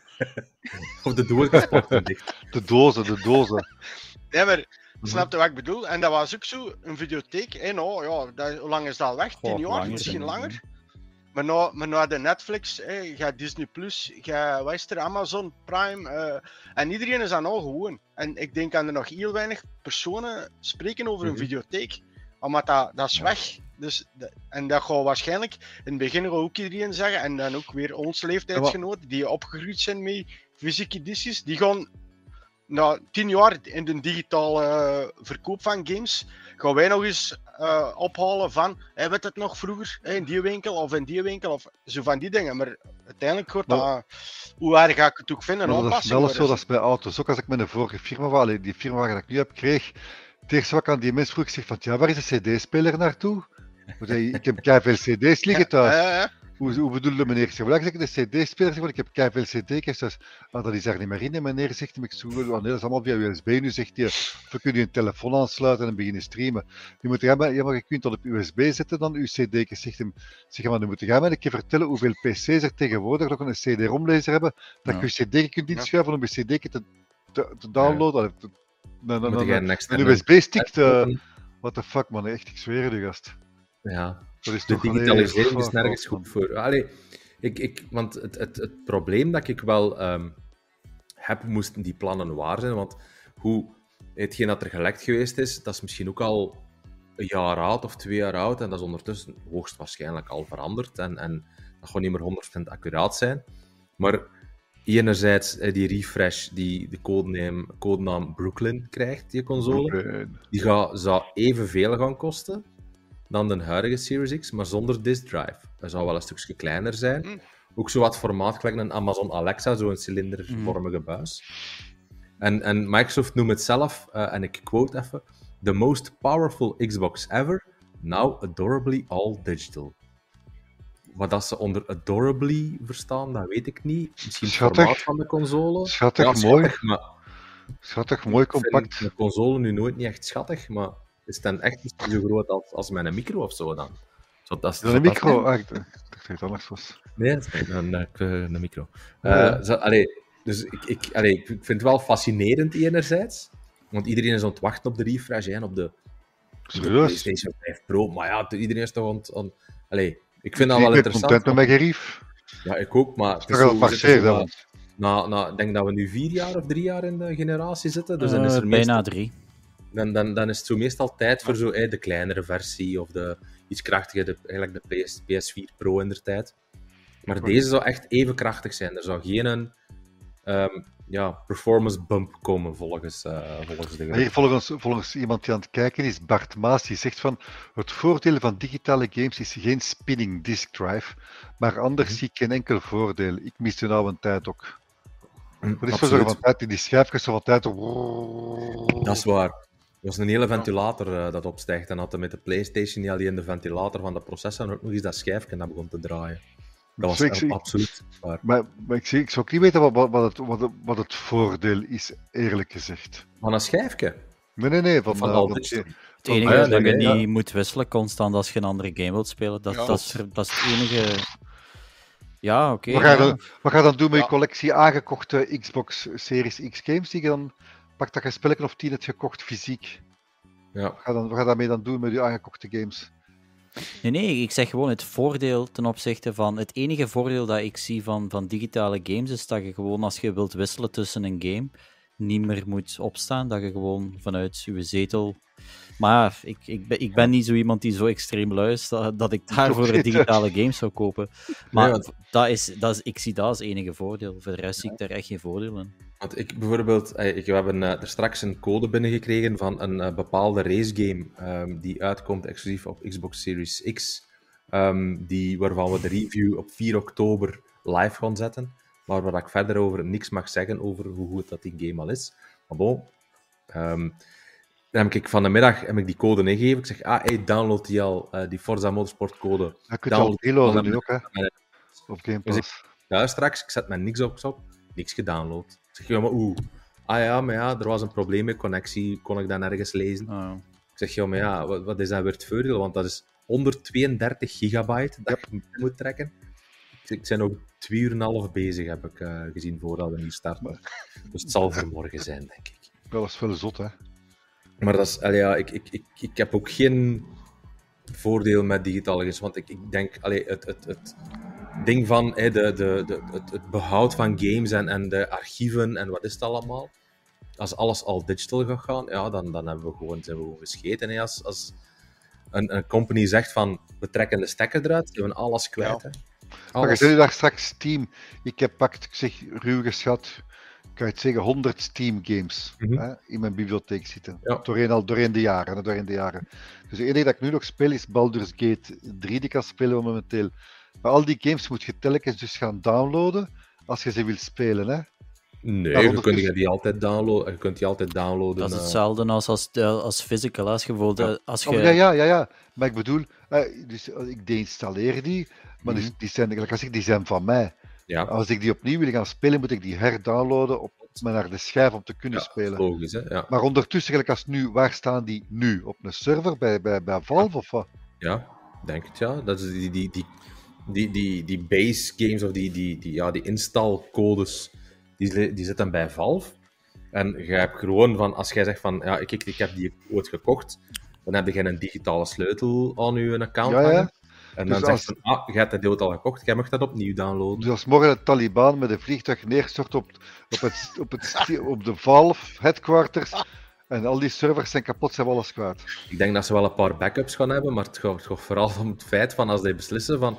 A: Of de doos plakte dicht.
D: De dozen.
B: Ja, maar snap je wat ik bedoel? En dat was ook zo, een videotheek. Hoe lang is dat al weg? 10 jaar, misschien langer. Maar na de Netflix, ga Disney+, wat is er, Amazon Prime, en iedereen is dan al gewoon. En ik denk dat er nog heel weinig personen spreken over een videotheek, omdat dat is weg. Dus, en dat gaat waarschijnlijk, in het begin ook iedereen zeggen, en dan ook weer onze leeftijdsgenoten, die opgegroeid zijn met fysieke edities, die gaan na 10 jaar in de digitale verkoop van games, gaan wij nog eens ophalen van, weet het nog vroeger, in die winkel of zo van die dingen. Maar uiteindelijk wordt dat, hoe erg ga ik het ook vinden,
D: dat is wel zo, dat is bij auto's. Ook als ik met een vorige firma, die firma waar ik nu heb kreeg, het eerste wat ik aan die mens vroeg, ik zeg van, waar is de cd-speler naartoe? Ik heb veel cd's liggen thuis. Hoe bedoelde meneer? Ik zeg, wel, ik zeg, de CD-speler, want ik heb keiveel CD-kers, dus dat is daar niet meer in. En meneer zegt hem, ik zoek, dat is allemaal via USB. Nu zegt hij, we kunnen je een telefoon aansluiten en beginnen streamen. Nu moet jij maar je kunt dat op USB zetten dan, uw CD-kers. Zegt hem, maar nu moet jij mij een keer vertellen hoeveel PC's er tegenwoordig nog een CD-ROM-lezer hebben, dat je je CD kunt inschuiven om je CD te downloaden. Een USB-stick, what the fuck man, echt, ik zweer je gast.
A: Ja.
D: Dat is
A: de
D: toch
A: digitalisering is nergens goed voor. Allee, want het probleem dat ik wel heb, moesten die plannen waar zijn. Want hetgeen dat er gelekt geweest is, dat is misschien ook al een jaar oud of 2 jaar oud. En dat is ondertussen hoogstwaarschijnlijk al veranderd. En dat gaat niet meer 100% accuraat zijn. Maar enerzijds die refresh, die de codenaam Brooklyn krijgt, die console, die zou evenveel gaan kosten dan de huidige Series X, maar zonder disk drive. Dat zou wel een stukje kleiner zijn. Ook zo wat formaat gelijk een Amazon Alexa, zo'n cilindervormige buis. En Microsoft noemt het zelf, en ik quote even, the most powerful Xbox ever, now adorably all digital. Wat dat ze onder adorably verstaan, dat weet ik niet. Misschien het formaat van de console.
D: Schattig, mooi. Schattig, mooi, compact.
A: Ik vind de console nu nooit niet echt schattig, maar is het dan echt niet zo groot als mijn micro of zo dan?
D: Een micro? Ik dacht dat het anders was.
A: Nee, dat is een micro. Dus ik vind het wel fascinerend enerzijds, want iedereen is aan het wachten op de refresh en op de PlayStation 5 Pro. Maar ja, iedereen is toch aan... Ik vind dat wel interessant.
D: Ik ben content met mijn gerief.
A: Ja, ik ook, maar...
D: Het is wel passeerd,
A: ik denk dat we nu 4 jaar of 3 jaar in de generatie zitten. Dus dan is er
C: bijna 3.
A: Dan is het zo meestal tijd voor zo, de kleinere versie of de iets krachtiger, eigenlijk de PS4 Pro in der tijd. Maar deze zou echt even krachtig zijn. Er zou geen performance bump komen volgens de...
D: Hier, volgens iemand die aan het kijken is, Bart Maas, die zegt van het voordeel van digitale games is geen spinning disk drive, maar anders zie ik geen enkel voordeel. Ik mis de oude tijd ook. Dat is zo van tijd in die schijfjes, zo van tijd...
A: Dat is waar. Er was een hele ventilator dat opstijgt en had met de PlayStation niet alleen de ventilator van de processor, maar ook nog eens dat schijfje dat begon te draaien. Dat was absoluut waar.
D: Maar ik zou ook niet weten wat het voordeel is, eerlijk gezegd.
A: Van een schijfje?
D: Nee.
A: Van al dit.
C: Het enige is dat je niet moet wisselen constant als je een andere game wilt spelen. Dat is het enige... Ja, oké.
D: Wat ga je dan doen met je collectie aangekochte Xbox Series X games die je dan... Pak dat je spellen of 10 hebt gekocht fysiek.
A: Ja.
D: Wat ga je daarmee dan doen met je aangekochte games?
C: Nee, ik zeg gewoon het voordeel ten opzichte van... Het enige voordeel dat ik zie van digitale games is dat je gewoon, als je wilt wisselen tussen een game, niet meer moet opstaan. Dat je gewoon vanuit je zetel... Maar ik ben niet zo iemand die zo extreem lui is dat ik daarvoor een digitale games zou kopen. Maar ik zie dat als enige voordeel. Voor de rest zie ik daar echt geen voordeel in.
A: Want we hebben er straks een code binnengekregen van een bepaalde racegame die uitkomt exclusief op Xbox Series X, waarvan we de review op 4 oktober live gaan zetten, maar waar ik verder over niks mag zeggen over hoe goed dat die game al is. Maar bon, dan heb ik van de middag die code ingegeven. Ik zeg, download die al, die Forza Motorsport code.
D: Dat kun je al downloaden nu ook, hè? Op Game Pass.
A: Dus straks, ik zet mijn niks op, niks gedownload. Ik zeg, maar er was een probleem met connectie, kon ik dat nergens lezen. Ik zeg, wat is dat weer het voordeel? Want dat is 132 gigabyte dat ik moet trekken. Ik ben nog 2,5 uur bezig, heb ik gezien, voordat we hier starten. Dus het zal voor morgen zijn, denk ik.
D: Dat is wel zot, hè?
A: Maar dat is, ik heb ook geen voordeel met digitale games, want ik denk, het ding van het behoud van games en de archieven en wat is het allemaal, als alles al digital gaat gaan, dan zijn we gewoon gescheten. Hè. Als een company zegt van, we trekken de stekker eruit, we hebben alles kwijt. Hè.
D: Maar je zei daar straks Steam, ik heb ruw geschat, kan je het zeggen, 100 Steam games in mijn bibliotheek zitten. Ja. Doorheen de jaren. Dus het enige dat ik nu nog speel is Baldur's Gate 3, die ik kan spelen momenteel. Maar al die games moet je telkens dus gaan downloaden als je ze wilt spelen. Hè?
A: Nee, je kunt die altijd downloaden.
C: Dat is hetzelfde als physical. Als je bijvoorbeeld...
D: Ja. Maar ik bedoel, dus ik deinstalleer die, Maar die zijn van mij.
A: Ja,
D: Als ik die opnieuw wil gaan spelen, moet ik die herdownloaden op mijn harde schijf om te kunnen
A: ja,
D: spelen.
A: logisch, hè. Ja.
D: Maar ondertussen, als nu, waar staan die nu? Op een server bij Valve of wat?
A: Ja, denk het, ja. Dat is die base games of die install-codes, die zitten bij Valve. En je hebt gewoon van, als jij zegt van, ja, ik heb die ooit gekocht, dan heb je een digitale sleutel aan je account
D: Ja, ja.
A: hangen. En
D: Dus
A: dan zeg je van, jij hebt dat deel al gekocht, jij mag dat opnieuw downloaden.
D: Dus als morgen de Taliban met een vliegtuig neerstort op de Valve headquarters en al die servers zijn kapot, zijn we alles kwijt.
A: Ik denk dat ze wel een paar backups gaan hebben, maar het gaat vooral om het feit van als die beslissen van,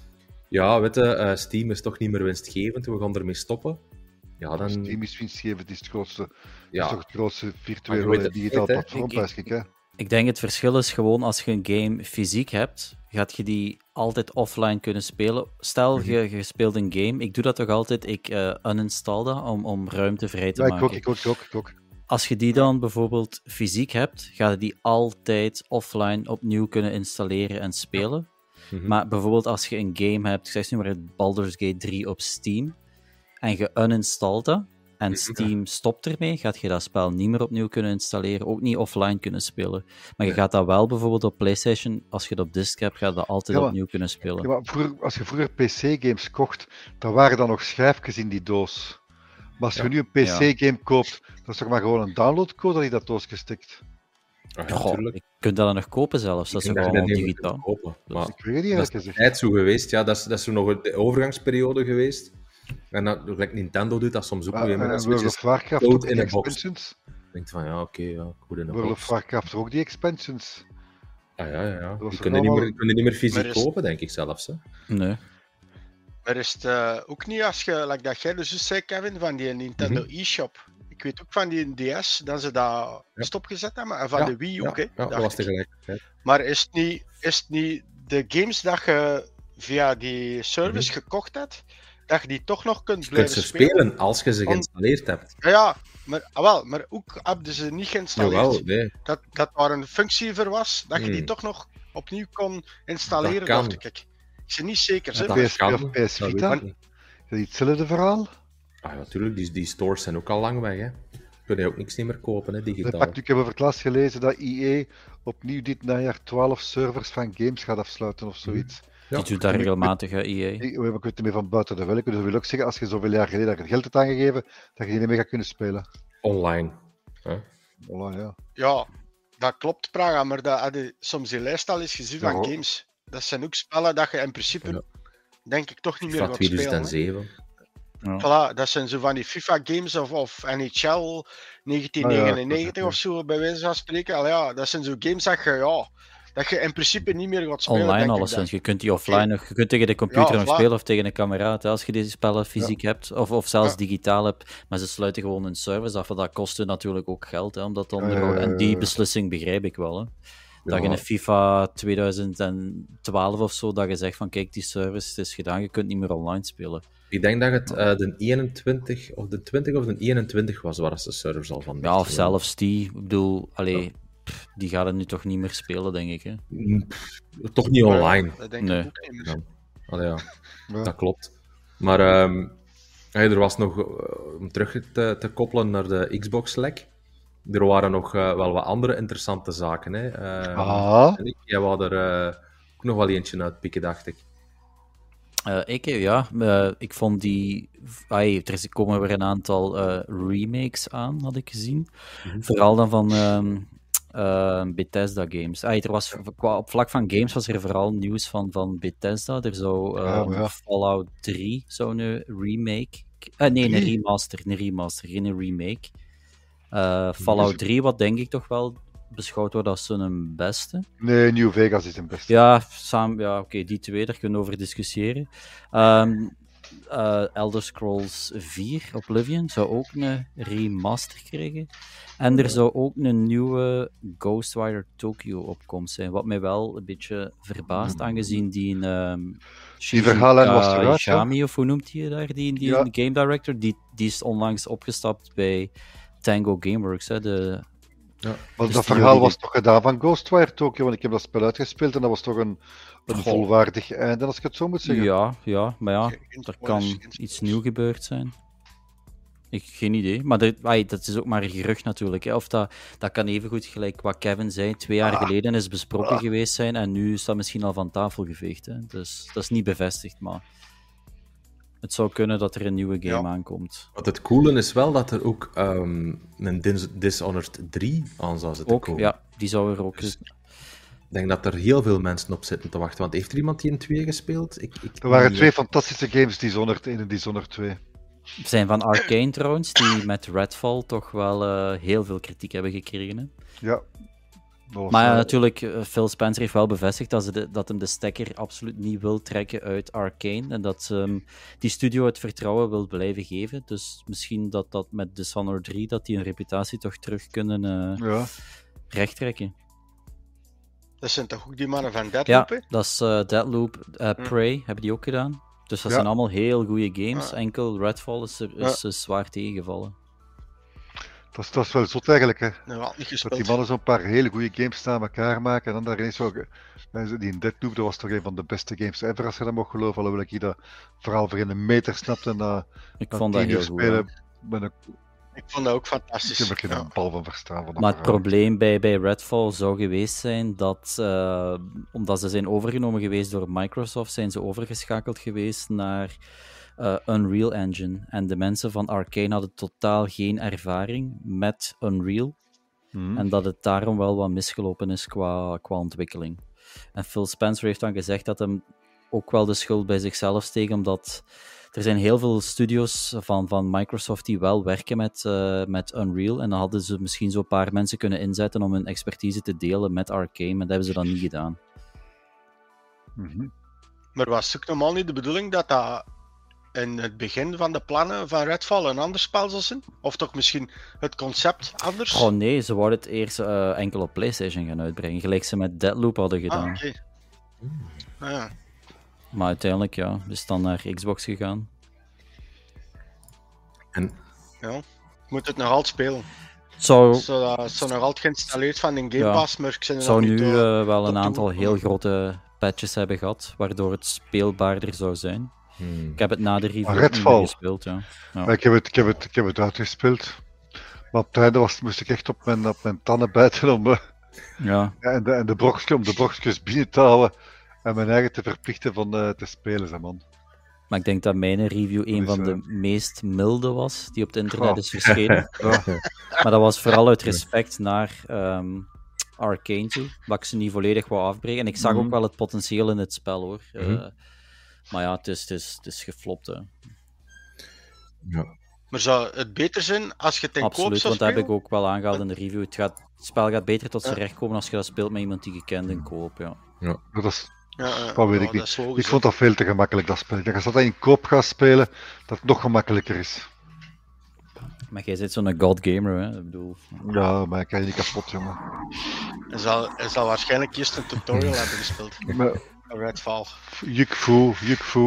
A: ja, weet je, Steam is toch niet meer winstgevend, we gaan ermee stoppen. Ja, dan...
D: Steam is winstgevend, het is het grootste,
A: Ja.
D: is toch het grootste
A: Maar je
D: virtuele
A: weet het
D: digitaal
A: niet, hè.
D: platform, pijs ik, hè?
C: Ik denk het verschil is gewoon als je een game fysiek hebt, gaat je die altijd offline kunnen spelen. Stel, je speelt een game, ik doe dat toch altijd, ik uninstall dat om ruimte vrij te
D: Ja,
C: maken.
D: ik ook.
C: Als je die dan bijvoorbeeld fysiek hebt, ga je die altijd offline opnieuw kunnen installeren en spelen.
A: Mhm.
C: Maar bijvoorbeeld als je een game hebt, ik zeg nu maar het Baldur's Gate 3 op Steam, en je uninstallt dat, en Steam stopt ermee, gaat je dat spel niet meer opnieuw kunnen installeren, ook niet offline kunnen spelen. Maar je gaat dat wel bijvoorbeeld op PlayStation, als je dat op disc hebt, ga je dat altijd
D: Ja, maar-
C: opnieuw kunnen spelen.
D: Ja, maar als je vroeger PC-games kocht, dan waren dan nog schijfjes in die doos. Maar als je
A: Ja.
D: nu een PC-game koopt, dan is toch maar gewoon een downloadcode dat in dat doosje stikt.
A: Ja,
C: Goh,
A: natuurlijk.
C: je kunt dat dan nog kopen zelfs, dat is
A: Ik
C: toch
A: denk dat
C: allemaal
A: je dat niet
C: digitaal.
A: moet kopen. Maar
D: Ik weet het niet,
A: dat
D: eerlijk
A: is de
D: gezegd.
A: tijd zo geweest. Ja, dat is zo nog de overgangsperiode geweest. En dat, like Nintendo doet dat soms ook nog.
D: En
A: Met
D: World
A: Switches
D: of Warcraft
A: dood
D: ook
A: in
D: die
A: een box.
D: expansions.
A: Je denkt van, ja, oké, ja, goed in een
D: World
A: box.
D: of Warcraft ook die expansions.
A: Ah, ja.
D: was
A: Die
D: ook
A: kunnen niet
D: allemaal-
A: meer fysiek
B: Maar is-
A: kopen, denk ik zelfs. Hè.
C: Nee.
B: Maar is het ook niet als je, like dat jij dus juist zei, Kevin, van die Nintendo eShop. Ik weet ook van die DS dat ze dat stopgezet hebben, en van
A: Ja,
B: de Wii ook,
A: ja,
B: hè.
A: dat
B: dacht
A: was
B: ik.
A: tegelijkertijd.
B: Maar is het niet de games dat je via die service gekocht hebt, dat je die toch nog kunt
A: Je kunt
B: blijven
A: ze spelen als je ze
B: Want-
A: geïnstalleerd hebt.
B: Ja, maar ook hebben ze niet geïnstalleerd.
A: Jawel, nee.
B: Dat daar een functie voor was, dat je die
A: Hmm.
B: toch nog opnieuw kon installeren,
A: Dat kan.
B: dacht ik. Ik ben niet zeker,
A: Ja,
B: hè.
A: dat
D: PSP
A: kan.
D: of PS
A: Dat
D: Vita?
A: weet ik niet.
D: Is dat niet hetzelfde verhaal?
A: Ah, ja, natuurlijk, die stores zijn ook al lang weg. Hè. Kun je ook niks meer kopen, hè, digitaal.
D: Ik heb over het laatst gelezen dat EA opnieuw dit najaar 12 servers van games gaat afsluiten of zoiets.
A: Ja.
C: Die doet dat regelmatig, hè, EA.
D: Ik weet het niet meer van buiten de welke, dus dat wil ook zeggen, als je zoveel jaar geleden er geld hebt aangegeven, dat je die niet meer gaat kunnen spelen.
A: Online. Hè.
D: Voilà, ja.
B: Ja, dat klopt, Praga, maar dat had je soms die lijst al eens gezien
D: Ja,
B: van
D: hoor.
B: games. Dat zijn ook spellen dat je in principe,
A: Ja.
B: denk ik, toch niet meer
A: Van
B: gaat spelen. hè.
A: 2007.
B: Voilà, dat zijn zo van die FIFA-games of NHL 1999
D: Ah,
B: of zo, bij wijze van spreken. Al ja, dat zijn zo games dat je in principe niet meer gaat spelen.
C: Online
B: denk ik
C: alleszins.
B: dan.
C: Je kunt die offline nog, je kunt tegen de computer
B: Ja,
C: nog
B: voilà.
C: spelen of tegen een kameraad, hè, als je deze spellen fysiek hebt, of zelfs digitaal hebt. Maar ze sluiten gewoon een service af, en dat kost je natuurlijk ook geld, hè, omdat dan en die beslissing begrijp ik wel. Hè. Dat je in een FIFA 2012 of zo, dat je zegt van kijk, die service is gedaan, je kunt niet meer online spelen.
A: Ik denk dat het de 21 of de 20 of de 21 was waar ze de servers al van
C: Ja,
A: dicht
C: of
A: waren.
C: zelfs die, ik bedoel, die gaan het nu toch niet meer spelen, denk ik. Hè.
A: Toch niet online.
B: Dat denk
C: Nee.
B: ik ook niet meer.
A: Ja. Allee, ja,
D: Ja.
A: dat klopt. Maar er was nog, om terug te koppelen naar de Xbox-lek, er waren nog wel wat andere interessante zaken. Hè. En jij wou er ook nog wel eentje uitpikken, dacht ik.
C: Ik vond die... er komen weer een aantal remakes aan, had ik gezien. Vooral dan van Bethesda games. Er was, op vlak van games was er vooral nieuws van Bethesda. Er zou
D: ja.
C: Fallout 3 zou een remake... nee, een remaster, geen een remake. Fallout 3, wat denk ik toch wel beschouwd wordt als zijn beste.
D: Nee, New Vegas is een beste.
C: Ja, oké, die twee, daar kunnen we over discussiëren. Elder Scrolls 4 Oblivion zou ook een remaster krijgen. En er zou ook een nieuwe Ghostwire Tokyo opkomst zijn, wat mij wel een beetje verbaast, aangezien die
D: verhaallijn was eruit, ja.
C: Shami, of hoe noemt hij daar, die
D: Ja.
C: game director, die is onlangs opgestapt bij Tango Gameworks, hè, de
D: Maar
C: Dus
D: dat
C: die
D: verhaal
C: jullie-
D: was toch gedaan van Ghostwire Tokyo, want ik heb dat spel uitgespeeld en dat was toch een volwaardig einde, als ik het zo moet zeggen.
C: Ja, maar ja, er kan iets nieuws gebeurd zijn. Geen idee. Maar dat is ook maar een gerucht natuurlijk. Hè. Of dat kan evengoed, gelijk wat Kevin zei, 2 jaar geleden is besproken geweest zijn en nu is dat misschien al van tafel geveegd. Hè. Dus dat is niet bevestigd, maar het zou kunnen dat er een nieuwe game aankomt.
A: Wat het coole is wel dat er ook een Dishonored 3 aan zou zitten
C: Ook,
A: komen.
C: ja, die zou er ook...
A: Dus ik denk dat er heel veel mensen op zitten te wachten. Want heeft er iemand die in 2 gespeeld?
D: Er waren 2 fantastische games, Dishonored 1 en Dishonored 2.
C: zijn van Arcane trouwens, die met Redfall toch wel heel veel kritiek hebben gekregen. Hè.
D: Ja. Dat was,
C: Maar ja, natuurlijk, Phil Spencer heeft wel bevestigd dat hem de stekker absoluut niet wil trekken uit Arcane en dat die studio het vertrouwen wil blijven geven. Dus misschien dat met Dishonored 3 dat die een reputatie toch terug kunnen rechttrekken.
B: Dat zijn toch ook die mannen van Deathloop, hè?
C: Ja, dat is Deathloop, Prey hebben die ook gedaan. Dus dat
D: Ja.
C: zijn allemaal heel goede games.
B: Ja.
C: Enkel Redfall is zwaar tegengevallen.
D: dat is wel zot eigenlijk, hè.
B: Nee, wel niet
D: Dat
B: gespeeld.
D: die mannen zo'n paar hele goede games na elkaar maken en dan daar ineens zo... Die in Deathloop, dat was toch een van de beste games ever, als je dat mag geloven. Alhoewel ik dat vooral voor in een meter snapte en dat
C: Ik vond dat
D: 10 uur
C: heel goed.
D: spelen met een...
B: Ik vond dat ook
D: Ik
B: fantastisch.
D: heb er geen
B: Ja.
D: bal van verstaan. Van dat
C: Maar het
D: verhaal.
C: probleem bij Redfall zou geweest zijn dat, omdat ze zijn overgenomen geweest door Microsoft, zijn ze overgeschakeld geweest naar Unreal Engine. En de mensen van Arcane hadden totaal geen ervaring met Unreal. En dat het daarom wel wat misgelopen is qua ontwikkeling. En Phil Spencer heeft dan gezegd dat hem ook wel de schuld bij zichzelf steekt, omdat er zijn heel veel studios van Microsoft die wel werken met Unreal. En dan hadden ze misschien zo'n paar mensen kunnen inzetten om hun expertise te delen met Arcane, maar dat hebben ze dan niet gedaan.
D: Mhm.
B: Maar was het ook normaal niet de bedoeling dat dat in het begin van de plannen van Redfall een ander spel zou zijn? Of toch misschien het concept anders?
C: Oh nee, ze wouden het eerst enkel op PlayStation gaan uitbrengen, gelijk ze met Deathloop hadden gedaan.
B: Oké. Ah, ja.
C: Maar uiteindelijk is het dan naar Xbox gegaan.
A: En
B: Ja. Ik moet het nog altijd spelen.
C: Zou,
B: Het is nog altijd geïnstalleerd van in Game
C: Ja.
B: Pass, maar ik zit er
C: zou
B: nog
C: nu
B: niet
C: wel een
B: opdoen.
C: aantal heel grote patches hebben gehad, waardoor het speelbaarder zou zijn. Ik heb het na de review niet
D: Redfall.
C: meer gespeeld, ja.
D: Maar ik heb het uitgespeeld. Maar op het einde moest ik echt op mijn tanden bijten om,
C: Ja,
D: en de brokjes binnen te houden en mijn eigen te verplichten van te spelen, zeg man.
C: maar ik denk dat mijn review een
D: is,
C: van de meest milde was die op het internet
D: Ja.
C: is verschenen.
D: Ja.
C: Maar dat was vooral uit respect naar Arcane toe, wat ik ze niet volledig wou afbreken. En ik zag ook wel het potentieel in het spel, hoor. Maar ja, het is geflopt, hè.
A: ja.
B: Maar zou het beter zijn als je het in koop
C: Absoluut,
B: zou
C: want dat heb ik
B: spelen?
C: ook wel aangehaald in de review. Het spel gaat beter tot zijn recht komen als je dat speelt met iemand die je kent in koop, ja.
D: Dat is,
B: Ja,
D: dat weet ik
B: dat
D: niet.
B: is logisch,
D: Ik vond dat veel te gemakkelijk, dat spel. Ik denk als dat in koop gaat spelen, dat het nog gemakkelijker is.
C: Maar jij zit zo'n god gamer, hè. Ik bedoel...
D: Ja, maar ik kan je niet kapot, jongen.
B: Hij zal waarschijnlijk eerst een tutorial hebben gespeeld.
D: Maar,
B: Redfall.
D: Yukfu.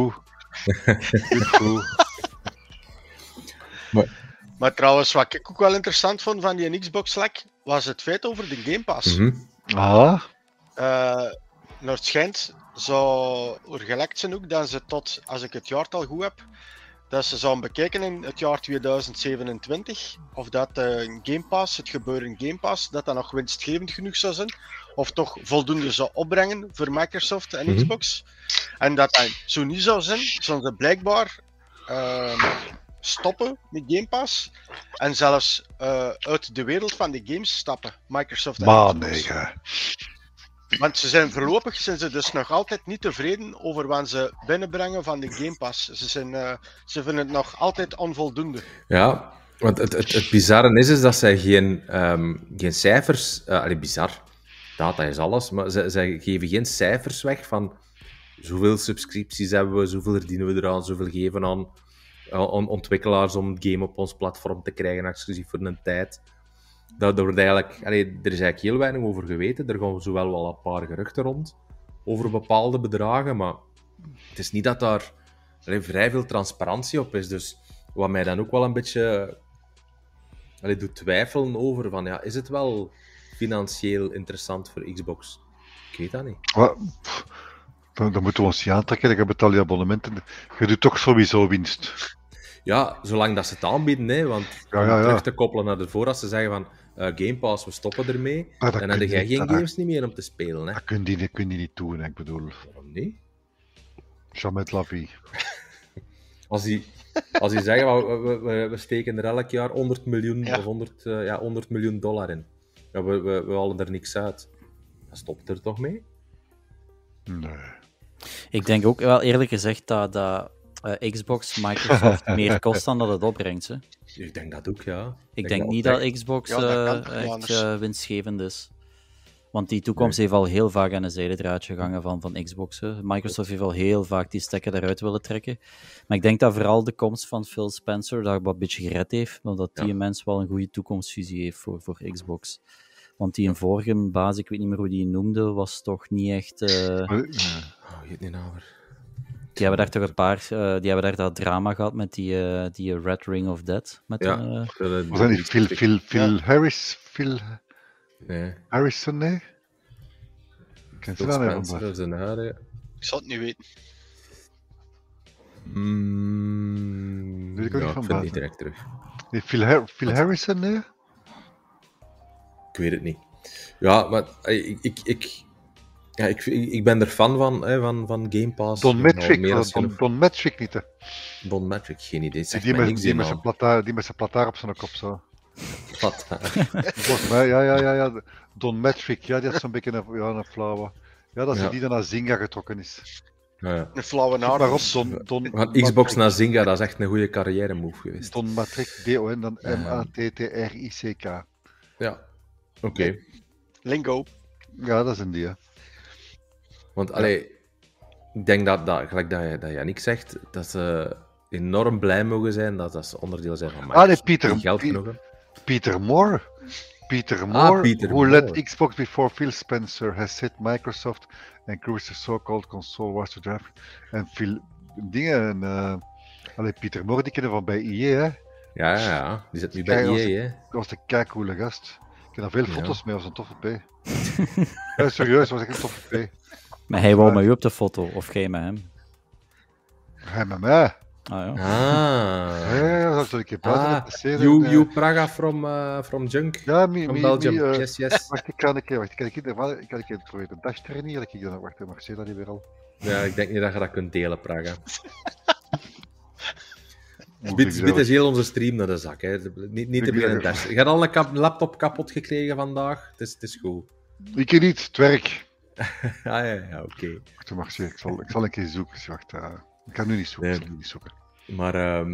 B: Maar trouwens, wat ik ook wel interessant vond van die Xbox-lek, was het feit over de Game Pass.
A: Mhm.
D: Ah,
B: Naar het schijnt zou er gelekt zijn ook dat ze tot, als ik het jaartal goed heb, dat ze zouden bekijken in het jaar 2027 of dat Game Pass, het gebeuren Game Pass, dat nog winstgevend genoeg zou zijn. Of toch voldoende zou opbrengen voor Microsoft en Xbox. En dat dat zo niet zou zijn, zouden ze blijkbaar stoppen met Game Pass. En zelfs uit de wereld van de games stappen, Microsoft en
D: maar
B: Xbox.
D: nee, hè.
B: Want voorlopig zijn ze dus nog altijd niet tevreden over wat ze binnenbrengen van de Game Pass. Ze vinden het nog altijd onvoldoende.
A: Ja, want het bizarre is dat zij geen cijfers... bizar. Data is alles, maar zij geven geen cijfers weg van zoveel subscripties hebben we, zoveel verdienen we eraan, zoveel geven aan ontwikkelaars om het game op ons platform te krijgen, exclusief voor een tijd. Er is eigenlijk heel weinig over geweten. Er gaan zowel wel een paar geruchten rond over bepaalde bedragen, maar het is niet dat daar vrij veel transparantie op is. Dus wat mij dan ook wel een beetje doet twijfelen over van, ja, is het wel financieel interessant voor Xbox? Ik weet dat niet.
D: Dan moeten we ons niet aantrekken. Je betaalt je abonnementen. Je doet toch sowieso winst.
A: Ja, zolang dat ze het aanbieden, hè, want om terug te koppelen naar de voor, als ze zeggen van Game Pass, we stoppen ermee, dan heb jij geen games niet meer om te spelen. Hè.
D: Dat kun je niet doen, ik bedoel.
A: Waarom niet?
D: Jamais la vie.
A: Als die zeggen, we steken er elk jaar 100 miljoen of 100 miljoen dollar in. Ja, we halen er niks uit. Dan stopt er toch mee?
D: Nee.
C: Ik denk ook wel eerlijk gezegd dat Xbox Microsoft meer kost dan dat het opbrengt. Hè.
A: Ik denk dat ook, ja.
C: Ik denk niet dat Xbox echt winstgevend is. Want die toekomst heeft al heel vaak aan de zijdraadje gegangen van Xbox. Hè. Microsoft heeft al heel vaak die stekker eruit willen trekken. Maar ik denk dat vooral de komst van Phil Spencer dat wat een beetje gered heeft. Omdat die mens wel een goede toekomstvisie heeft voor Xbox. Want die een vorige baas, ik weet niet meer hoe die noemde, was toch niet echt...
A: Je het niet over.
C: Die hebben daar toch die hebben daar dat drama gehad met die Red Ring of Death. Met
D: was dat niet Phil Harris?
A: Nee.
D: Harrison, nee? Ken je dat
B: even? Ik zal het niet weten.
D: Weet ik ook niet van
A: vind het niet direct terug.
D: Nee, Phil Harrison, nee?
A: Ik weet het niet. Ja, maar ik ben er fan van Game Pass.
D: Don Metric niet, hè?
A: Don Metric, geen idee.
D: Die met zijn plataar op zijn kop, zo.
A: Plataar.
D: Volgens mij, ja. Don Metric, ja, die had zo'n beetje een flauwe. Ja, dat is die dan naar Zynga getrokken is.
A: Ja.
B: Een flauwe naam.
D: Waarop
A: Van Xbox naar Zynga, dat is echt een goede carrière move geweest.
D: Don Matrick, D-O-N, dan M-A-T-T-R-I-C-K.
A: Ja, oké.
B: Lingo.
D: Ja, dat is een die, hè.
A: Want, ik denk dat gelijk dat Yannick zegt, dat ze enorm blij mogen zijn dat ze onderdeel zijn van Microsoft.
D: Peter Moore. Who led Xbox before Phil Spencer has set Microsoft and crews the so-called console wars to drive. En Phil dingen. Peter Moore, die kennen van bij EA, hè?
A: Ja. Die zit nu bij EA, hè?
D: Dat was de keicoole gast. Ik heb daar veel foto's mee, was een toffe P. Ja, serieus, was echt een toffe P.
C: Maar hij wou met u op de foto, of jij met hem?
D: Hij met mij.
C: Ah, ja.
D: Ja, dat zou ik je buiten
A: you Praga from Junk?
D: Ja,
A: from Belgium. Yes.
D: Wacht, ik kan een keer proberen de dash trainen. Wacht, maar ik zie dat niet weer al.
A: Ja, ik denk niet dat je dat kunt delen, Praga. Dit is heel onze stream naar de zak, hè. Niet te beginnen dashen. Je hebt al een laptop kapot gekregen vandaag. Het is goed.
D: Ik niet, het werk.
A: ja, oké.
D: Wacht, maar ik zal een keer zoeken. Wacht, ik ga nu niet zoeken.
A: Maar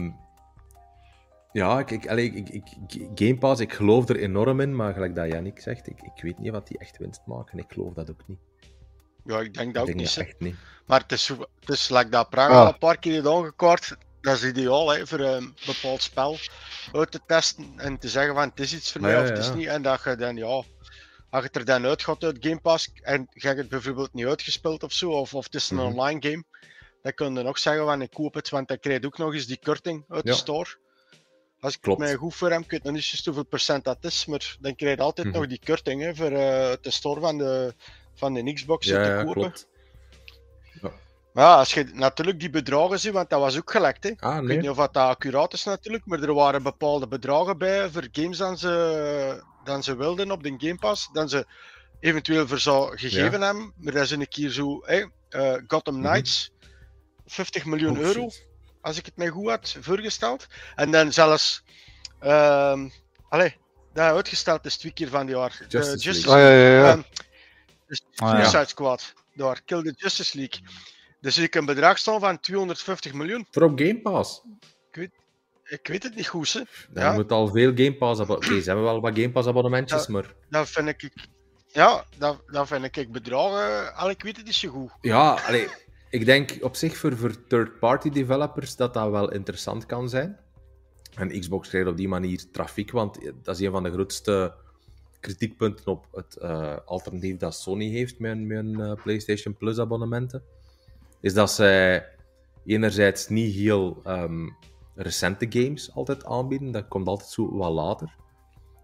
A: Game Pass, ik geloof er enorm in, maar gelijk dat Yannick zegt, ik weet niet wat die echt winst maken. Ik geloof dat ook niet.
B: Ja, ik denk dat ook niet.
A: Echt niet.
B: Maar het is like dat Praga al een paar keer heeft aangekaart. Dat is ideaal, hè, voor een bepaald spel uit te testen en te zeggen van het is iets voor mij of het is niet. En dat je dan, als je het er dan uit gaat uit Game Pass en je hebt het bijvoorbeeld niet uitgespeeld of zo, of het is een online game, dan kun je nog zeggen van ik koop het, want dan krijg je ook nog eens die korting uit de store. Als ik mij goed voor hem, ik weet nog niet juist hoeveel procent dat is, maar dan krijg je altijd nog die korting, hè, voor de store van de Xbox te kopen.
A: Klopt.
B: Maar ja, als je natuurlijk die bedragen ziet, want dat was ook gelekt, hè.
A: Nee.
B: Ik weet niet of dat accuraat is natuurlijk, maar er waren bepaalde bedragen bij voor games dan ze wilden op de Game Pass, dan ze eventueel voor zou gegeven hebben. Maar dat is een keer zo, Gotham Knights, 50 miljoen euro, als ik het mij goed had voorgesteld. En dan zelfs, dat uitgesteld is 2 keer van die jaar.
A: Justice
D: League.
B: Suicide Squad, daar, Kill the Justice League. Dus ik een bedrag staan van 250 miljoen.
A: Voor op Game Pass?
B: Ik weet het niet goed, hè.
A: Je moet al veel Game Pass abonnementjes. Ze hebben wel wat Game Pass abonnementjes, maar...
B: Dat vind ik... Ja, dat vind ik bedragen... ik weet het niet zo goed.
A: Ja, ik denk op zich voor third-party developers dat wel interessant kan zijn. En Xbox krijgt op die manier trafiek, want dat is een van de grootste kritiekpunten op het alternatief dat Sony heeft met hun PlayStation Plus abonnementen. Is dat zij enerzijds niet heel recente games altijd aanbieden. Dat komt altijd zo wat later.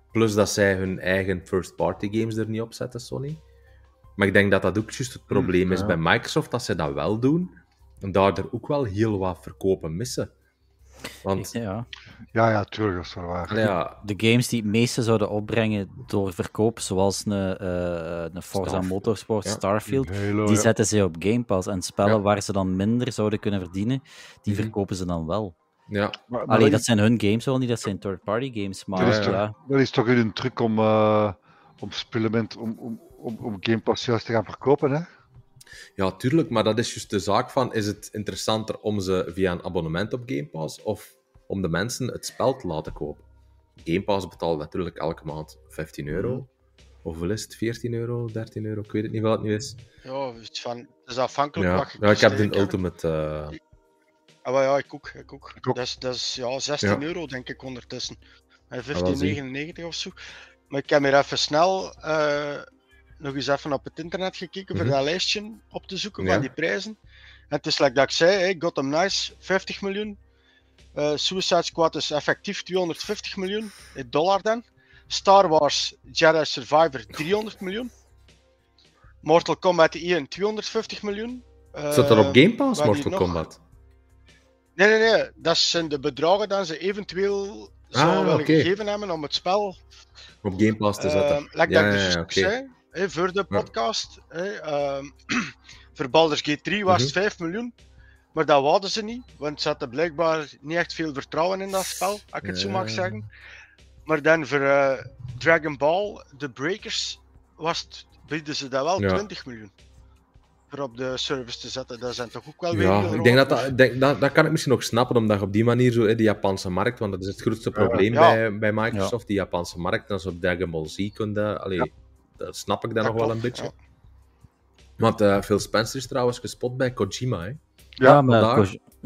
A: Plus dat zij hun eigen first-party games er niet op zetten, Sony. Maar ik denk dat dat ook juist het probleem is bij Microsoft, dat zij dat wel doen. En daardoor ook wel heel wat verkopen missen. Want
D: Ja, tuurlijk, dat is wel waar.
C: de games die het meeste zouden opbrengen door verkoop, zoals een Forza Motorsport, Starfield, die zetten ze op Game Pass. En spellen waar ze dan minder zouden kunnen verdienen, die verkopen ze dan wel.
A: Ja.
C: Allee, dat zijn hun games wel niet, dat zijn third-party games. Maar
D: dat is toch een truc om spullen om Game Pass juist te gaan verkopen, hè?
A: Ja, tuurlijk, maar dat is juist de zaak van, is het interessanter om ze via een abonnement op Game Pass of om de mensen het spel te laten kopen? Game Pass betaalt natuurlijk elke maand €15. Hoeveel is het? €14, €13? Ik weet het niet wat het nu is.
B: Ja, het is afhankelijk wat je
A: ik heb
B: kiest,
A: de Ultimate...
B: ja, ik ook. Dat is €16 denk ik ondertussen. 15,99 of zo. Maar ik heb hier even snel nog eens even op het internet gekeken voor dat lijstje op te zoeken van die prijzen. En het is like dat ik zei, Gotham Knights 50 miljoen. Suicide Squad is effectief $250 miljoen dollar dan. Star Wars Jedi Survivor 300 miljoen. Mortal Kombat 1 250 miljoen.
A: Zat dat op Game Pass, Mortal Kombat?
B: Nee. Dat zijn de bedragen die ze eventueel zou willen gegeven hebben om het spel
A: op Game Pass te zetten.
B: Like dat ik dus zei, voor de podcast. Voor Baldur's Gate 3 was het 5 miljoen. Maar dat wouden ze niet, want ze hadden blijkbaar niet echt veel vertrouwen in dat spel, als ik het zo mag zeggen. Maar dan voor Dragon Ball, The Breakers, bieden ze dat wel 20 miljoen. Voor op de service te zetten. Dat zijn toch ook wel weer heel
A: ik denk dat kan ik misschien nog snappen, omdat je op die manier zo de Japanse markt, want dat is het grootste probleem bij Microsoft, die Japanse markt, als op Dragon Ball Z kunnen, dat snap ik dan nog wel een beetje. Want Phil Spencer is trouwens gespot bij Kojima, hè.
C: Maar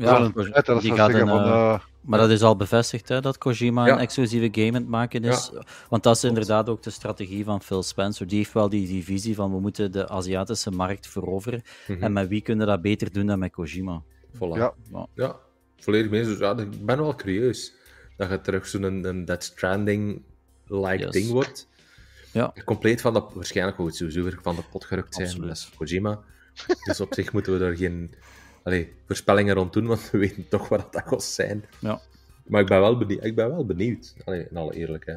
C: dat is al bevestigd, hè, dat Kojima een exclusieve game aan het maken is. Want dat is inderdaad ook de strategie van Phil Spencer. Die heeft wel die visie van we moeten de Aziatische markt veroveren. En met wie kunnen dat beter doen dan met Kojima?
A: Voilà. Ja, volledig mee. Dus ik ben wel curieus dat je terug zo'n Death Stranding-like ding wordt.
C: Ja.
A: Compleet van dat, waarschijnlijk ook sowieso van de pot gerukt zijn. Dat is Kojima. Dus op zich moeten we er geen voorspellingen rond doen, want we weten toch wat dat kost zijn.
C: Ja.
A: Maar ik ben wel benieuwd, in alle eerlijkheid.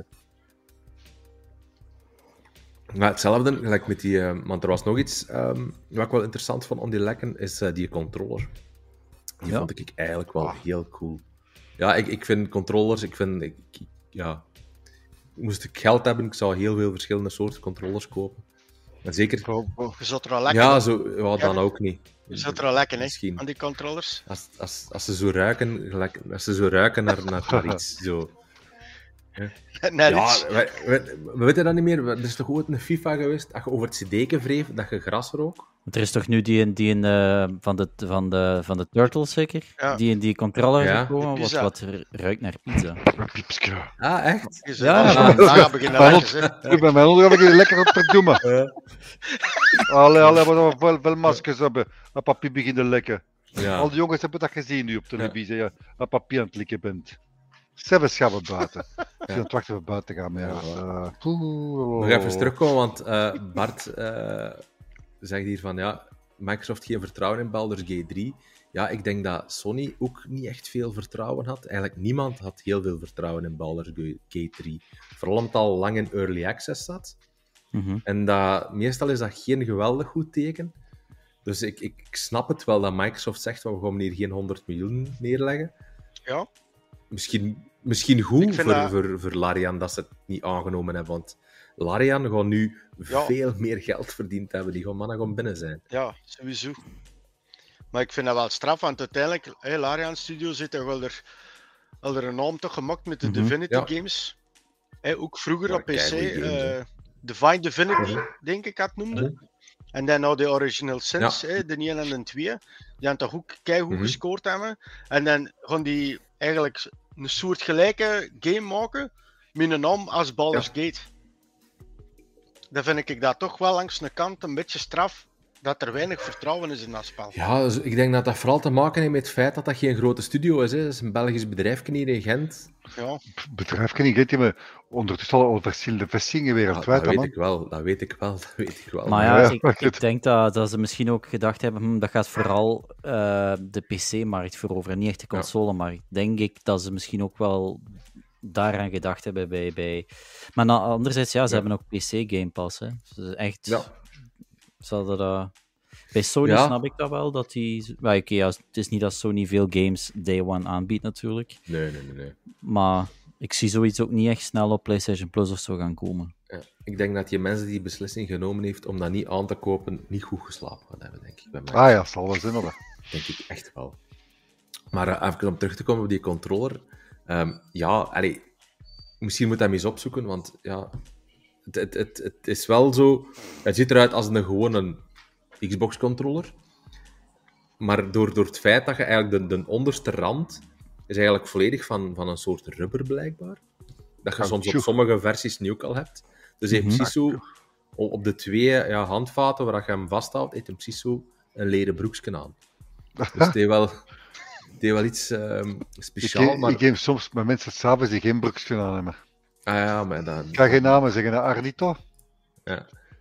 A: Maar hetzelfde, gelijk met die... want er was nog iets wat ik wel interessant vond om die lekken, is die controller. Die vond ik eigenlijk wel heel cool. Ja, ik vind controllers... Moest ik geld hebben, ik zou heel veel verschillende soorten controllers kopen. Maar zeker...
B: Je zult er al lekker
A: dan ook niet.
B: Je zult er al lekker, hè, aan die controllers.
A: Als ze zo ruiken naar iets, zo... We weten dat niet meer. Er is toch ooit een FIFA geweest, dat je over het cd'tje wreef, dat je gras rook?
C: Er is toch nu die van de Turtles, zeker? Ja. Die controller gekomen, wat ruikt naar pizza.
A: Ah, echt?
D: Bij mijn onder heb ik lekker op te doen. Allee, we veel maskers hebben. Dat papier beginnen lekken. Ja. Al die jongens hebben dat gezien nu op televisie, dat papier aan het likken bent. Zelfs gaan we buiten. Ik vind het wachten we buiten gaan.
A: Nog even terugkomen, want Bart zegt hier van Microsoft geen vertrouwen in Baldur's Gate 3. Ja, ik denk dat Sony ook niet echt veel vertrouwen had. Eigenlijk niemand had heel veel vertrouwen in Baldur's Gate 3. Vooral omdat het al lang in early access zat. En meestal is dat geen geweldig goed teken. Dus ik snap het wel dat Microsoft zegt, we gaan hier geen 100 miljoen neerleggen.
B: Ja.
A: Misschien goed voor Larian dat ze het niet aangenomen hebben, want Larian gaat nu veel meer geld verdiend hebben. Die mannen gaan binnen zijn.
B: Ja, sowieso. Maar ik vind dat wel straf, want uiteindelijk, Larian Studios heeft toch wel er een naam toch gemaakt met de Divinity Games. Ook vroeger op PC, Divine Divinity, denk ik dat noemde. En dan nou de Original Sins, de 1 en de 2, die hebben toch ook keigoed gescoord hebben. En dan gaan die eigenlijk een soort gelijke game maken met een naam als Baldur's Gate. Dan vind ik dat toch wel langs de kant een beetje straf dat er weinig vertrouwen is in dat spel.
A: Ja, dus ik denk dat dat vooral te maken heeft met het feit dat dat geen grote studio is. Hè. Het is een Belgisch bedrijf hier in Gent.
B: Ja.
D: Bedrijf ken ik niet, maar ondertussen al verschillende vestigingen wereldwijd.
A: Dat weet ik wel, dat weet ik wel.
C: Maar ja,
D: Ja,
C: ik denk dat ze misschien ook gedacht hebben, dat gaat vooral de PC-markt veroveren, niet echt de consolemarkt. Denk ik dat ze misschien ook wel daaraan gedacht hebben bij... Maar anderzijds, ze hebben ook PC Game Pass. Hè. Dus echt...
A: Ja.
C: Ze hadden dat... Bij Sony snap ik dat wel, dat die... het is niet dat Sony veel games day one aanbiedt, natuurlijk.
A: Nee.
C: Maar ik zie zoiets ook niet echt snel op PlayStation Plus of zo gaan komen.
A: Ja. Ik denk dat die mensen die beslissing genomen heeft om dat niet aan te kopen, niet goed geslapen gaan hebben, denk ik. Bij mij.
D: Ah ja, dat zal wel zin hebben.
A: Denk ik echt wel. Maar even om terug te komen op die controller. Misschien moet je hem eens opzoeken, want ja, het is wel zo... Het ziet eruit als een gewone Xbox-controller. Maar door het feit dat je eigenlijk de onderste rand is eigenlijk volledig van een soort rubber, blijkbaar. Dat je soms op sommige versies nu ook al hebt. Dus hij heeft precies zo... Op de 2 handvaten waar je hem vasthoudt, heeft hij precies zo een leren broekje aan. Dus het heeft wel iets speciaals.
D: Ik geef soms met mensen s'avonds die geen broekje aan hebben.
A: Ah ja, maar dan...
D: Ik ga geen namen zeggen, Arnito.
A: Ja.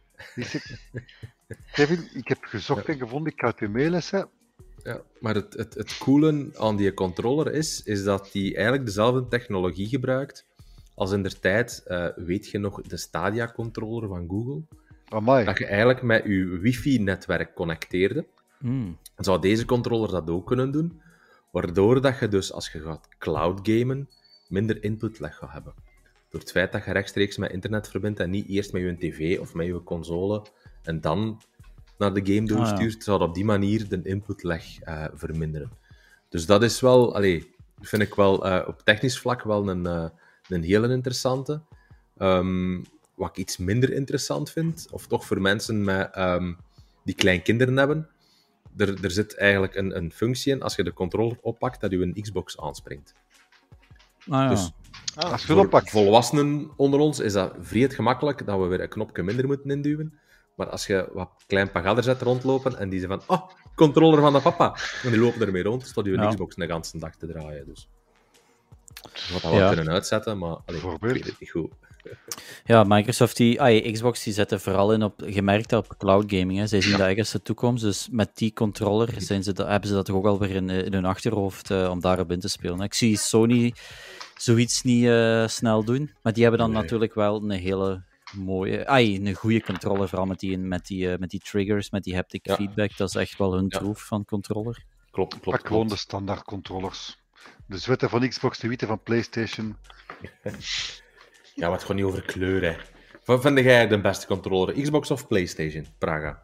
D: Kevin, ik heb gezocht en gevonden, ik ga het u mailen.
A: Ja, maar het coole aan die controller is dat die eigenlijk dezelfde technologie gebruikt als in der tijd, weet je nog, de Stadia-controller van Google?
D: Amai.
A: Dat je eigenlijk met je wifi-netwerk connecteerde. Dan zou deze controller dat ook kunnen doen, waardoor dat je dus, als je gaat cloud gamen, minder input lag gaat hebben. Door het feit dat je rechtstreeks met internet verbindt en niet eerst met je tv of met je console en dan naar de game doorstuurt, zou dat op die manier de inputlag verminderen. Dus dat is wel, vind ik wel op technisch vlak wel een hele interessante. Wat ik iets minder interessant vind, of toch voor mensen die kleinkinderen hebben, er zit eigenlijk een functie in, als je de controller oppakt, dat je een Xbox aanspringt. Dus
D: als je het oppakt.
A: Volwassenen onder ons is dat vrij gemakkelijk dat we weer een knopje minder moeten induwen. Maar als je wat klein pagader zet rondlopen en die zeggen van, controller van de papa, en die lopen ermee rond, staat je Xbox een ganse dag te draaien. Dus je gaat dat wel kunnen uitzetten, maar ik weet het niet goed.
C: Ja, Microsoft, Xbox, die zetten vooral in op, gemerkt op cloud gaming. Hè. Zij zien dat ergens de toekomst, dus met die controller hebben ze dat toch ook al weer in hun achterhoofd om daarop in te spelen. Ik zie Sony zoiets niet snel doen, maar die hebben dan natuurlijk wel een hele mooie, een goede controller, vooral met die triggers, met die haptic feedback. Dat is echt wel hun troef van controller.
A: Klopt.
D: Pak gewoon de standaard controllers. De witte van Xbox, de witte van PlayStation.
A: Ja, wat gewoon niet over kleur, hè. Wat vind jij de beste controller? Xbox of PlayStation? Praga.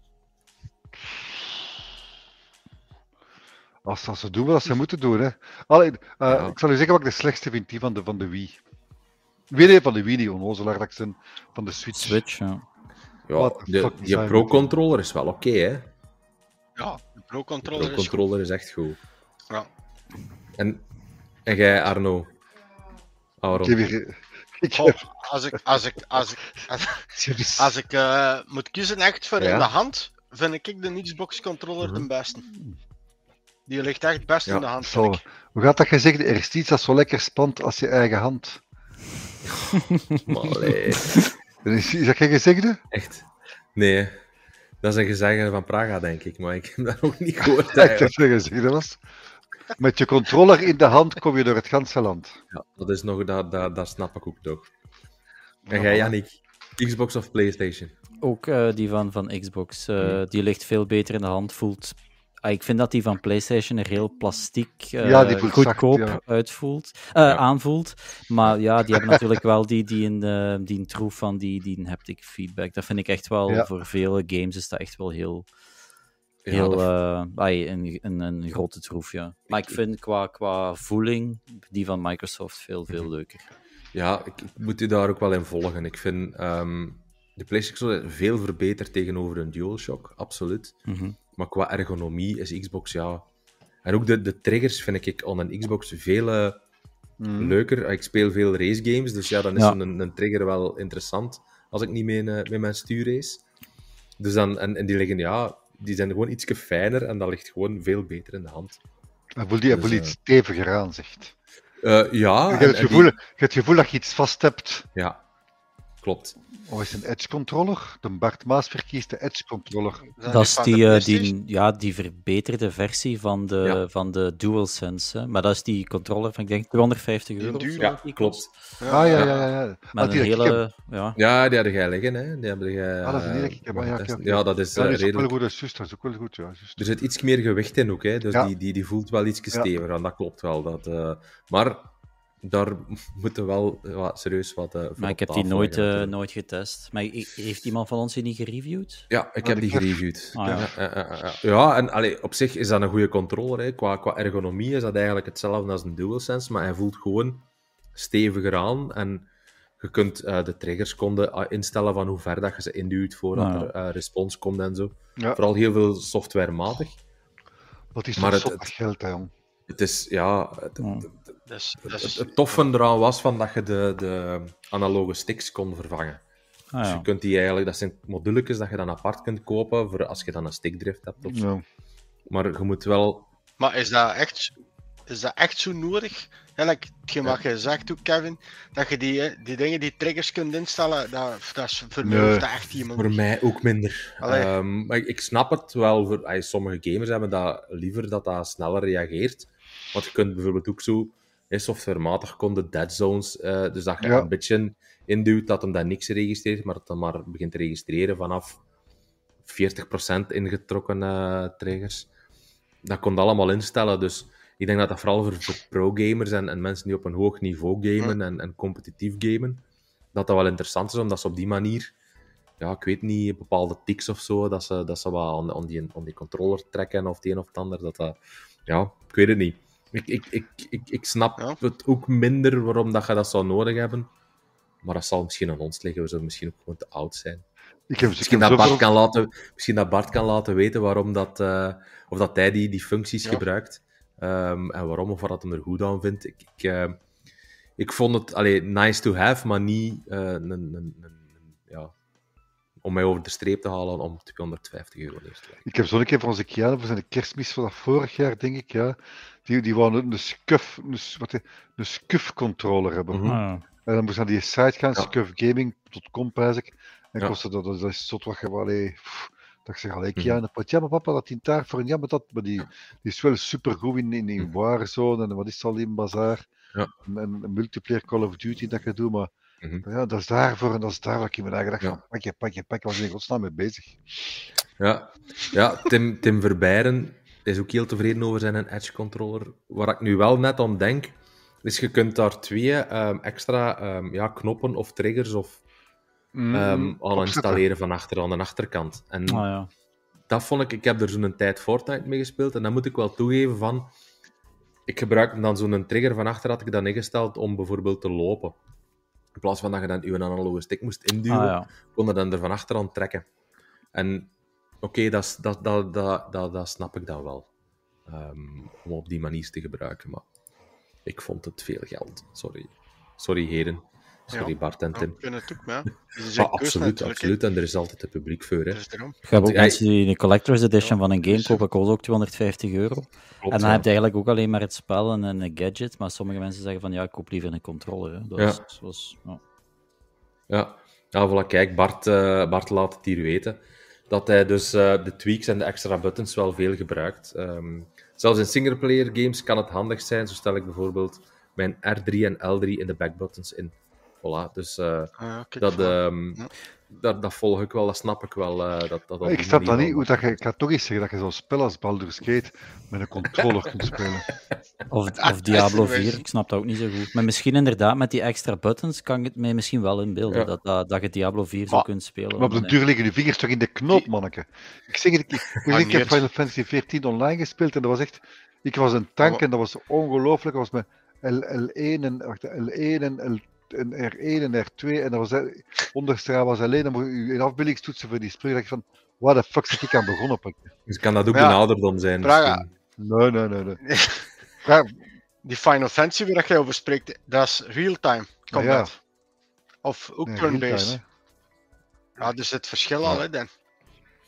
D: Als ze doen wat ze moeten doen, hè. Ik zal u zeggen wat ik de slechtste vind, die van de Wii. Weer van de Wii, die onnozelaar dat ik zijn, van de Switch.
A: Ja, die Pro-controller is wel oké, hè.
B: Ja, de Pro-controller
A: is echt goed.
B: Ja.
A: En jij, Arno?
B: Als ik moet kiezen echt voor in de hand, vind ik de Xbox-controller de beste. Die ligt echt best in de hand, vind ik.
D: Hoe gaat dat gezegd? Er is iets dat zo lekker spant als je eigen hand. Is dat geen gezegde?
A: Echt? Nee. Dat is een gezegde van Praga, denk ik, maar ik heb dat ook niet gehoord.
D: Ja, ik dacht dat gezegde was. Met je controller in de hand kom je door het ganse land.
A: Ja, dat is nog, dat snap ik ook toch. En jij, Yannick? Xbox of PlayStation?
C: Ook die van Xbox. Die ligt veel beter in de hand. Voelt... ik vind dat die van PlayStation er heel plastiek, goedkoop aanvoelt. Maar ja, die hebben natuurlijk wel die troef van die haptic feedback. Dat vind ik echt wel, voor vele games is dat echt wel heel een grote troef, ja. Maar ik vind qua voeling die van Microsoft veel leuker.
A: Ja, ik moet u daar ook wel in volgen. Ik vind de PlayStation veel verbeterd tegenover een DualShock, absoluut. Maar qua ergonomie is Xbox, ja... En ook de triggers vind ik aan een Xbox veel leuker. Ik speel veel racegames, dus ja, dan is een trigger wel interessant als ik niet mee met mijn stuur race. Dus dan, en die liggen, ja, die zijn gewoon ietsje fijner en dat ligt gewoon veel beter in de hand.
D: Hij voelt die
A: Dus,
D: iets steviger aan, zegt.
A: Ja,
D: Je hebt het gevoel dat je iets vast hebt.
A: Ja, klopt.
D: Of is het een Edge controller? De Bart Maas verkiest de Edge controller.
C: Dat is
B: van de PlayStation?
C: die verbeterde versie van de DualSense. Hè. Maar dat is die controller van, ik denk, €250 of
B: duur,
C: zo.
A: Ja,
C: die
A: klopt.
C: kost.
D: Ja.
C: Met een hele... Ja.
A: Ja, die hadden jij liggen, hè. Die hebben jij,
D: Dat is niet dat ik heb.
A: ja, dat is
D: Ja, die is ook wel
A: redelijk.
D: goed. Dat is ook wel goed, ja. Juist.
A: Er zit iets meer gewicht in ook, hè. Dus
D: Ja.
A: die voelt wel iets steviger aan, dat klopt wel. Maar daar moeten wel serieus wat voor
C: Maar ik
A: op
C: heb die
A: tafel leggen, natuurlijk.
C: nooit getest. Maar heeft iemand van ons die niet gereviewd?
A: Ja, ik heb
D: de
A: die
D: Kerf.
A: gereviewd.
C: Ah, ja.
A: Ja, en op zich is dat een goede controller. Hè. Qua ergonomie is dat eigenlijk hetzelfde als een DualSense, maar hij voelt gewoon steviger aan. En je kunt de triggers instellen van hoe ver dat je ze induwt voordat er respons komt en zo.
D: Ja.
A: Vooral heel veel softwarematig.
D: Wat is
A: Maar
D: toch
A: het-
D: zot geld, hè, jong.
A: Het is, ja...
B: Dus,
A: Het toffe eraan was van dat je de analoge sticks kon vervangen.
C: Ah,
A: Dus
C: ja.
A: je kunt die eigenlijk, dat zijn moduletjes dat je dan apart kunt kopen voor als je dan een stickdrift hebt of zo.
D: Ja.
A: Maar je moet wel...
B: maar is dat echt zo nodig? Ja, like hetgeen wat je zegt ook, Kevin, dat je die dingen, die triggers kunt instellen, dat is voor mij
D: Nee.
B: hoeft dat echt iemand.
A: Voor mij ook minder.
B: Allee.
A: Maar ik snap het wel. Sommige gamers hebben dat liever dat dat sneller reageert. Want je kunt bijvoorbeeld ook zo... softwarematig kon de dead zones... dus dat je
D: Ja.
A: een beetje induwt dat hem dan niks registreert, maar dat hij maar begint te registreren vanaf 40% ingetrokken triggers. Dat kon je allemaal instellen. Dus ik denk dat dat vooral voor pro-gamers en mensen die op een hoog niveau gamen en competitief gamen, dat wel interessant is, omdat ze op die manier, ja, ik weet niet, bepaalde tics of zo, dat ze wat aan die controller trekken of het een of het ander. Ja, ik weet het niet. Ik snap het ook minder waarom dat je dat zou nodig hebben. Maar dat zal misschien aan ons liggen. We zullen misschien ook gewoon te oud zijn. Misschien dat Bart kan laten weten waarom of dat hij die functies gebruikt. En waarom, of wat dat hem er goed aan vindt. Ik vond het nice to have, maar niet om mij over de streep te halen om €250 neer te leggen.
D: Ik heb zo'n keer voor onze Kiana, voor zijn kerstmis van dat vorig jaar, denk ik, ja. Die wou een SCUF controller hebben.
A: Mhm.
C: Ah,
D: En dan moest naar die site gaan,
A: Ja.
D: SCUFgaming.com, pijs ik. En
A: Ja.
D: kostte dat is zot wat je wel, dat ik zeg, Kiana, ja, maar papa, dat dient daarvoor, en ja, maar die is wel supergoed in Warzone, en wat is het al in Bazaar.
A: Ja.
D: En multiplayer Call of Duty dat je doet, maar
A: Mhm.
D: ja, dat is daarvoor en dat is daar. Dat ik in mijn eigen dacht
A: Ja.
D: van, pak, waar zijn in godsnaam mee bezig?
A: Ja, Tim Verbeiren is ook heel tevreden over zijn Edge-controller. Waar ik nu wel net aan denk, is je kunt daar 2 extra knoppen of triggers aan installeren van achter aan de achterkant. En
C: ah, ja.
A: dat vond ik heb er zo'n tijd Fortnite mee gespeeld, en dan moet ik wel toegeven van... Ik gebruikte dan zo'n trigger van achter, had ik dan ingesteld om bijvoorbeeld te lopen. In plaats van dat je dan je analoge stick moest induwen,
C: Ah, ja.
A: kon je dan er van achter aan trekken. En oké, dat snap ik dan wel. Om op die manier te gebruiken, maar ik vond het veel geld. Sorry heren. Sorry Bart en Tim.
B: Ik vind het ook, maar
A: Absoluut. En er is altijd het publiek voor. Hè.
B: Dus daarom.
C: Je hebt ook
A: Ja,
C: mensen die een collector's edition van een game kopen, kost ook €250.
A: Klopt,
C: En dan
A: ja.
C: heb je eigenlijk ook alleen maar het spel en een gadget, maar sommige mensen zeggen van ja, ik koop liever een controller. Hè.
A: Ja, voilà, kijk, Bart laat het hier weten. Dat hij dus de tweaks en de extra buttons wel veel gebruikt. Zelfs in singleplayer games kan het handig zijn. Zo stel ik bijvoorbeeld mijn R3 en L3 in de backbuttons in. Voilà, dus dat volg ik wel, dat snap ik wel.
D: Ik snap dat niet, ik ga toch eens zeggen dat je zo'n spel als Baldur's Gate met een controller kunt spelen.
C: Of Diablo 4, ik snap dat ook niet zo goed. Maar misschien inderdaad met die extra buttons kan ik het mij misschien wel inbeelden, dat je Diablo 4 zo kunt spelen.
D: Maar op de duur liggen je vingers toch in de knoop, manneke. Ik zeg het, ik heb Final Fantasy 14 online gespeeld en dat was echt... Ik was een tank en dat was ongelooflijk. Dat was met L1 en R1 en R2 en dat was onderstraan was alleen een afbeeldingstoetsen voor die speel. Ik van, waar de fuck zit ik aan begonnen?
A: Dus kan dat ook een ouderdom zijn?
B: Praga.
D: Nee.
B: Die Final Fantasy waar jij over spreekt, dat is real-time combat.
D: Ja.
B: Of ook
D: Nee,
B: turn-based.
D: real-time,
B: Ja, dus het verschil al, hè, dan.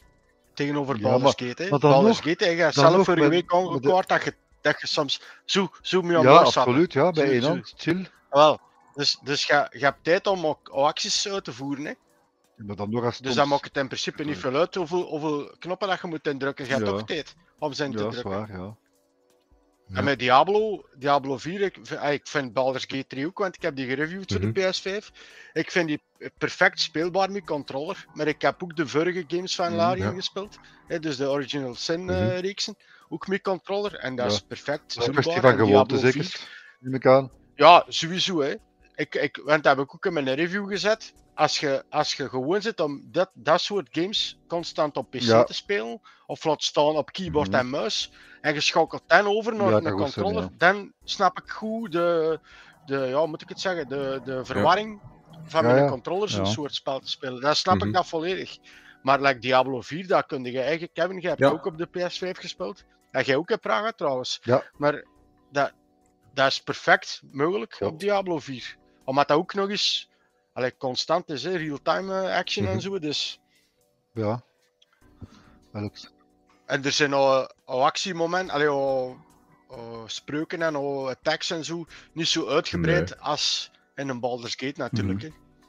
B: tegenover
D: Ja,
B: Baldur's Gate. Hè.
D: maar dan
B: Baldur's
D: nog-
B: Gate, je hebt
D: dan
B: zelf
D: nog
B: vorige
D: met-
B: week aangekoord dat je soms zo mee aan
D: Ja,
B: boord zat.
D: absoluut. Ja, bij
B: Zo-
D: één
B: zo.
D: hand. Chill.
B: Wel, dus je hebt tijd om ook acties uit te voeren. Hè.
D: Maar dan nog als
B: Dus dan maakt het in principe niet veel uit hoeveel knoppen dat je moet indrukken. Je hebt
D: Ja.
B: toch tijd om ze in te
D: Ja, dat is
B: drukken.
D: waar, ja.
B: En met Diablo 4, ik vind Baldur's Gate 3 ook, want ik heb die gereviewd voor de PS5. Ik vind die perfect speelbaar met controller, maar ik heb ook de vorige games van Larian
A: ja.
B: gespeeld, hè, dus de Original Sin reeksen, ook met controller, en dat
D: Ja.
B: is perfect
D: Dat is een
B: doenbaar.
D: kwestie van
B: En
D: gewoonte,
B: Diablo
D: zeker.
B: 4
D: Neem ik aan.
B: ja, sowieso. Hè. Want dat heb ik ook in mijn review gezet. Als je gewoon zit om dat soort games constant op PC
D: Ja.
B: te spelen, of laat staan op keyboard
D: Mhm.
B: en muis, en je schakelt dan over naar
D: Ja,
B: een
D: kan goed zijn,
B: controller,
D: ja.
B: dan snap ik goed hoe moet ik het zeggen, de verwarring van
D: Ja,
B: mijn
D: ja.
B: controller zo'n
C: Ja.
B: soort spel te spelen. Dan snap
A: Mhm.
B: ik dat volledig. Maar like Diablo 4, dat kun je eigen, Kevin, jij hebt
A: Ja.
B: ook op de PS5 gespeeld. En jij ook in Praga trouwens.
D: Ja.
B: Maar dat is perfect mogelijk
D: Ja.
B: op Diablo 4. Omdat dat ook nog eens constant is, real-time action en zo. Dus.
D: Ja. Alex.
B: En er zijn al actiemomenten, al spreuken en al attacks en zo, niet zo uitgebreid als in een Baldur's Gate natuurlijk. Hè.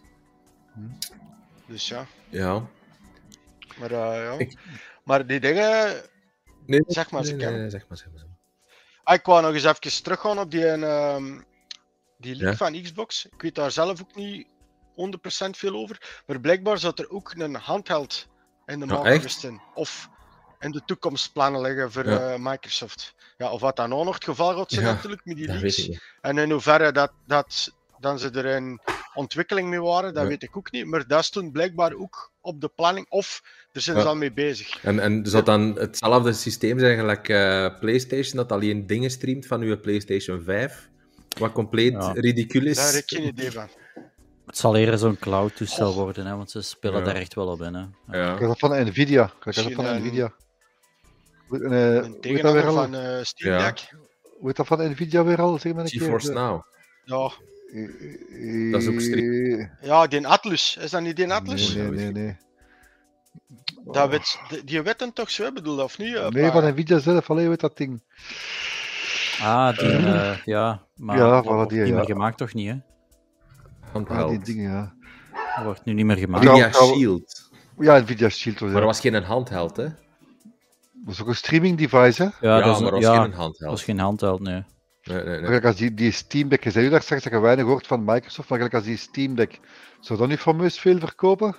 B: Dus ja.
A: Ja.
B: Maar, ja.
A: Ik-
B: Maar die dingen.
A: Nee,
B: Zeg maar, ze kennen.
A: nee, zeg maar.
B: Ik wou nog eens even teruggaan op die leak
A: Ja.
B: van Xbox. Ik weet daar zelf ook niet 100% veel over. Maar blijkbaar zat er ook een handheld in de
A: Ja,
B: maak
A: echt?
B: geweest zijn. Of in de toekomstplannen liggen voor
A: Ja.
B: Microsoft. Ja, of wat dan ook nog het geval gaat zijn
A: Ja,
B: natuurlijk met die
A: Dat weet
B: leaks.
A: ik niet.
B: En in hoeverre dan ze er in ontwikkeling mee waren, dat
A: Ja.
B: weet ik ook niet. Maar dat stond blijkbaar ook op de planning. Of er zijn
A: Ja.
B: ze al mee bezig.
A: En zou dan hetzelfde systeem zijn gelijk PlayStation, dat alleen dingen streamt van uw PlayStation 5? Wat compleet
C: Ja.
A: ridicuul is.
B: Daar heb ik geen idee van.
C: Het zal eerder zo'n cloud-toestel
B: Goh.
C: worden, hè, want ze spelen
A: Ja.
C: daar echt wel op in. Hè.
A: Ja.
D: Ik had dat van Nvidia. Ik had dat
B: Misschien
D: van
B: een-
D: Nvidia. Hoe
B: Een
D: heet dat weer
B: tegenhanger
D: al?
B: van Steam
A: Ja.
B: Deck.
D: Hoe heet dat van Nvidia weer al? Zeg maar een
A: GeForce
D: keer.
A: Now.
B: Ja.
A: Dat is ook strikt.
B: Ja, die Atlus. Is dat niet die Atlus?
D: Nee.
B: Dat die wetten toch zo, bedoel of niet?
D: Nee, van Nvidia zelf. Allee, hoe heet dat ding?
C: Ah, die, ja. Maar
D: Ja,
C: dat
D: voilà,
C: wordt
D: die,
C: niet
D: ja.
C: meer gemaakt, toch niet, hè?
D: Ah,
A: Handheld.
D: die dingen, ja.
C: Dat wordt nu niet meer gemaakt.
D: Ja.
A: Nvidia
D: Nou,
A: Shield.
D: Ja, Nvidia Shield. Was,
A: Maar
D: ja.
A: dat was geen handheld, hè?
D: Dat is ook een streaming device, hè?
A: Ja,
C: dat is,
A: maar dat was
C: ja,
A: geen
C: dat
A: handheld.
C: was geen handheld, nee.
A: Nee.
D: Gelijk als die Steam Deck, je zei daar straks dat je weinig hoort van Microsoft, maar gelijk als die Steam Deck, zou dat niet fameus veel verkopen?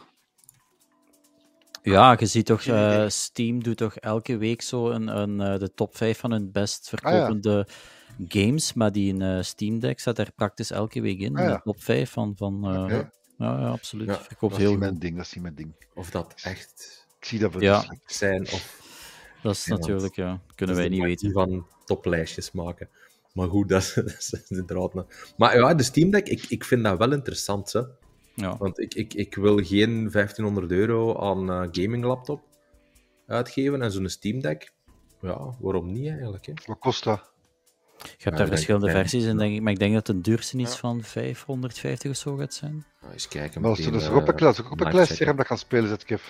C: Ja, je ziet toch,
B: Geen idee.
C: Steam doet toch elke week zo de top 5 van hun best
D: ja.
C: verkopende games, maar die Steam Deck staat er praktisch elke week in,
D: Ah, ja.
C: de top 5 van
D: Oké.
C: ja, absoluut.
A: Ja,
C: Verkoopt
D: Dat is
C: heel
D: niet
C: goed.
D: mijn ding, dat is niet mijn ding.
A: Of dat echt
D: Ik zie dat voor
C: Ja.
A: zijn of
C: Dat is
A: Ja, want
C: natuurlijk, kunnen
A: dat
C: wij
A: is
C: niet
A: de magie
C: weten.
A: van toplijstjes maken. Maar goed, dat is inderdaad... Maar ja, de Steam Deck, ik vind dat wel interessant, hè.
C: Ja.
A: Want ik wil geen €1500 aan gaming laptop uitgeven en zo'n Steam Deck. Ja, waarom niet eigenlijk? Hè?
D: Wat kost dat?
C: Je hebt
A: Ja,
C: daar
A: denk
C: verschillende
A: ik,
C: versies in, denk ik, maar ik denk dat de duurste iets
B: Ja.
C: van 550 of zo gaat zijn.
A: Nou, eens kijken.
D: Maar als
A: meteen,
D: er dus ook op een
A: live
D: klein
A: checken.
D: scherm dat gaan spelen, zet Kev.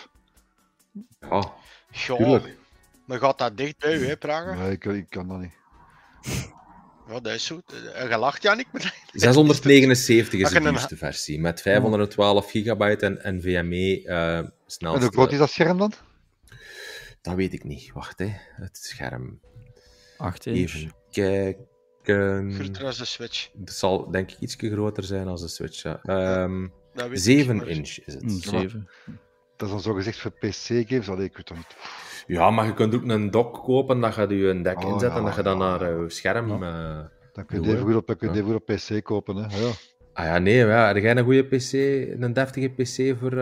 A: Ja,
B: Ja,
A: Tuurlijk.
B: maar gaat dat dicht bij u, hè, Praga?
D: Nee, ik kan dat niet.
B: Ja, dat is zo. Je lacht, Jannik. Maar
A: 679 is
B: Als
A: de
B: je een-
A: duurste versie, met 512 gigabyte en NVMe
D: En
A: snelste.
D: hoe groot is dat scherm dan?
A: Dat weet ik niet. Wacht, hè. Het scherm.
C: 8 inch.
A: Even kijken.
B: groter als de Switch.
A: Het zal denk ik iets groter zijn als de Switch. Ja.
B: Dat weet ik,
A: 7
B: maar-
A: inch is het.
C: 7.
D: Dat is dan zo gezegd voor PC-games? Allee, ik weet dat niet.
A: Ja, maar je kunt ook een dock kopen, dat je je een deck
D: Oh,
A: inzet en
D: ja,
A: dat je dan
D: ja.
A: naar je scherm...
D: Dan kun je
A: Doe,
D: even goed op,
A: Ja.
D: op PC kopen. Hè. Ja.
A: Ah ja, nee, ja. Heb jij een goede PC, een deftige PC voor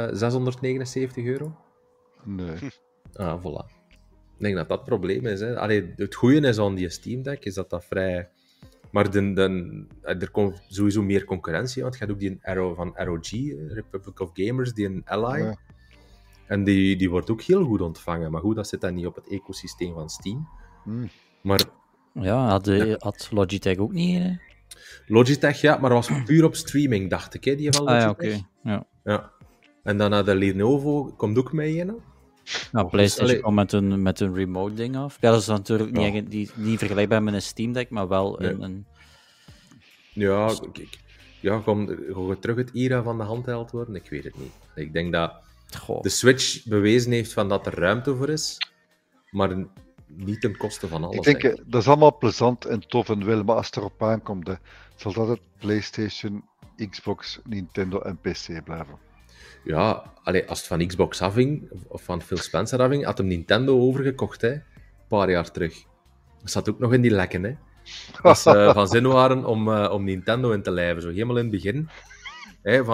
A: €679?
D: Nee.
A: Ah, voilà. Ik denk dat dat het probleem is. Hè. Allee, het goede is aan die Steam Deck, is dat dat vrij... Maar er komt sowieso meer concurrentie, want je hebt ook die Arrow van ROG, Republic of Gamers, die een Ally.
D: Ja.
A: En die wordt ook heel goed ontvangen. Maar goed, dat zit dan niet op het ecosysteem van Steam.
D: Hm.
A: Maar
C: Ja, had Logitech ook niet, hè?
A: Logitech, ja, maar dat was puur op streaming, dacht ik, hè, die van
C: Ah ja,
A: Logitech.
C: oké. Ja.
A: Ja. En dan naar de Lenovo, komt ook mee in.
C: Nou,
A: Dus,
C: PlayStation
A: allee,
C: kwam met een remote ding af. Ja, dat is natuurlijk
A: Ja.
C: niet vergelijkbaar met een Steam Deck, maar wel
A: Nee.
C: een...
A: ja, kijk. Ja, gaan terug het era van de handheld worden? Ik weet het niet. Ik denk dat
C: Goh.
A: de Switch bewezen heeft van dat er ruimte voor is, maar niet ten koste van alles.
D: Ik denk, dat is allemaal plezant en tof en wel, maar als het erop aankomt, zal dat het PlayStation, Xbox, Nintendo en PC blijven.
A: Ja, allee, als het van Xbox afhing, of van Phil Spencer afhing, had hem Nintendo overgekocht, hè. Een paar jaar terug. Dat zat ook nog in die lekken, hè. Dat ze van zin waren om Nintendo in te lijven. Zo helemaal in het begin. Hè,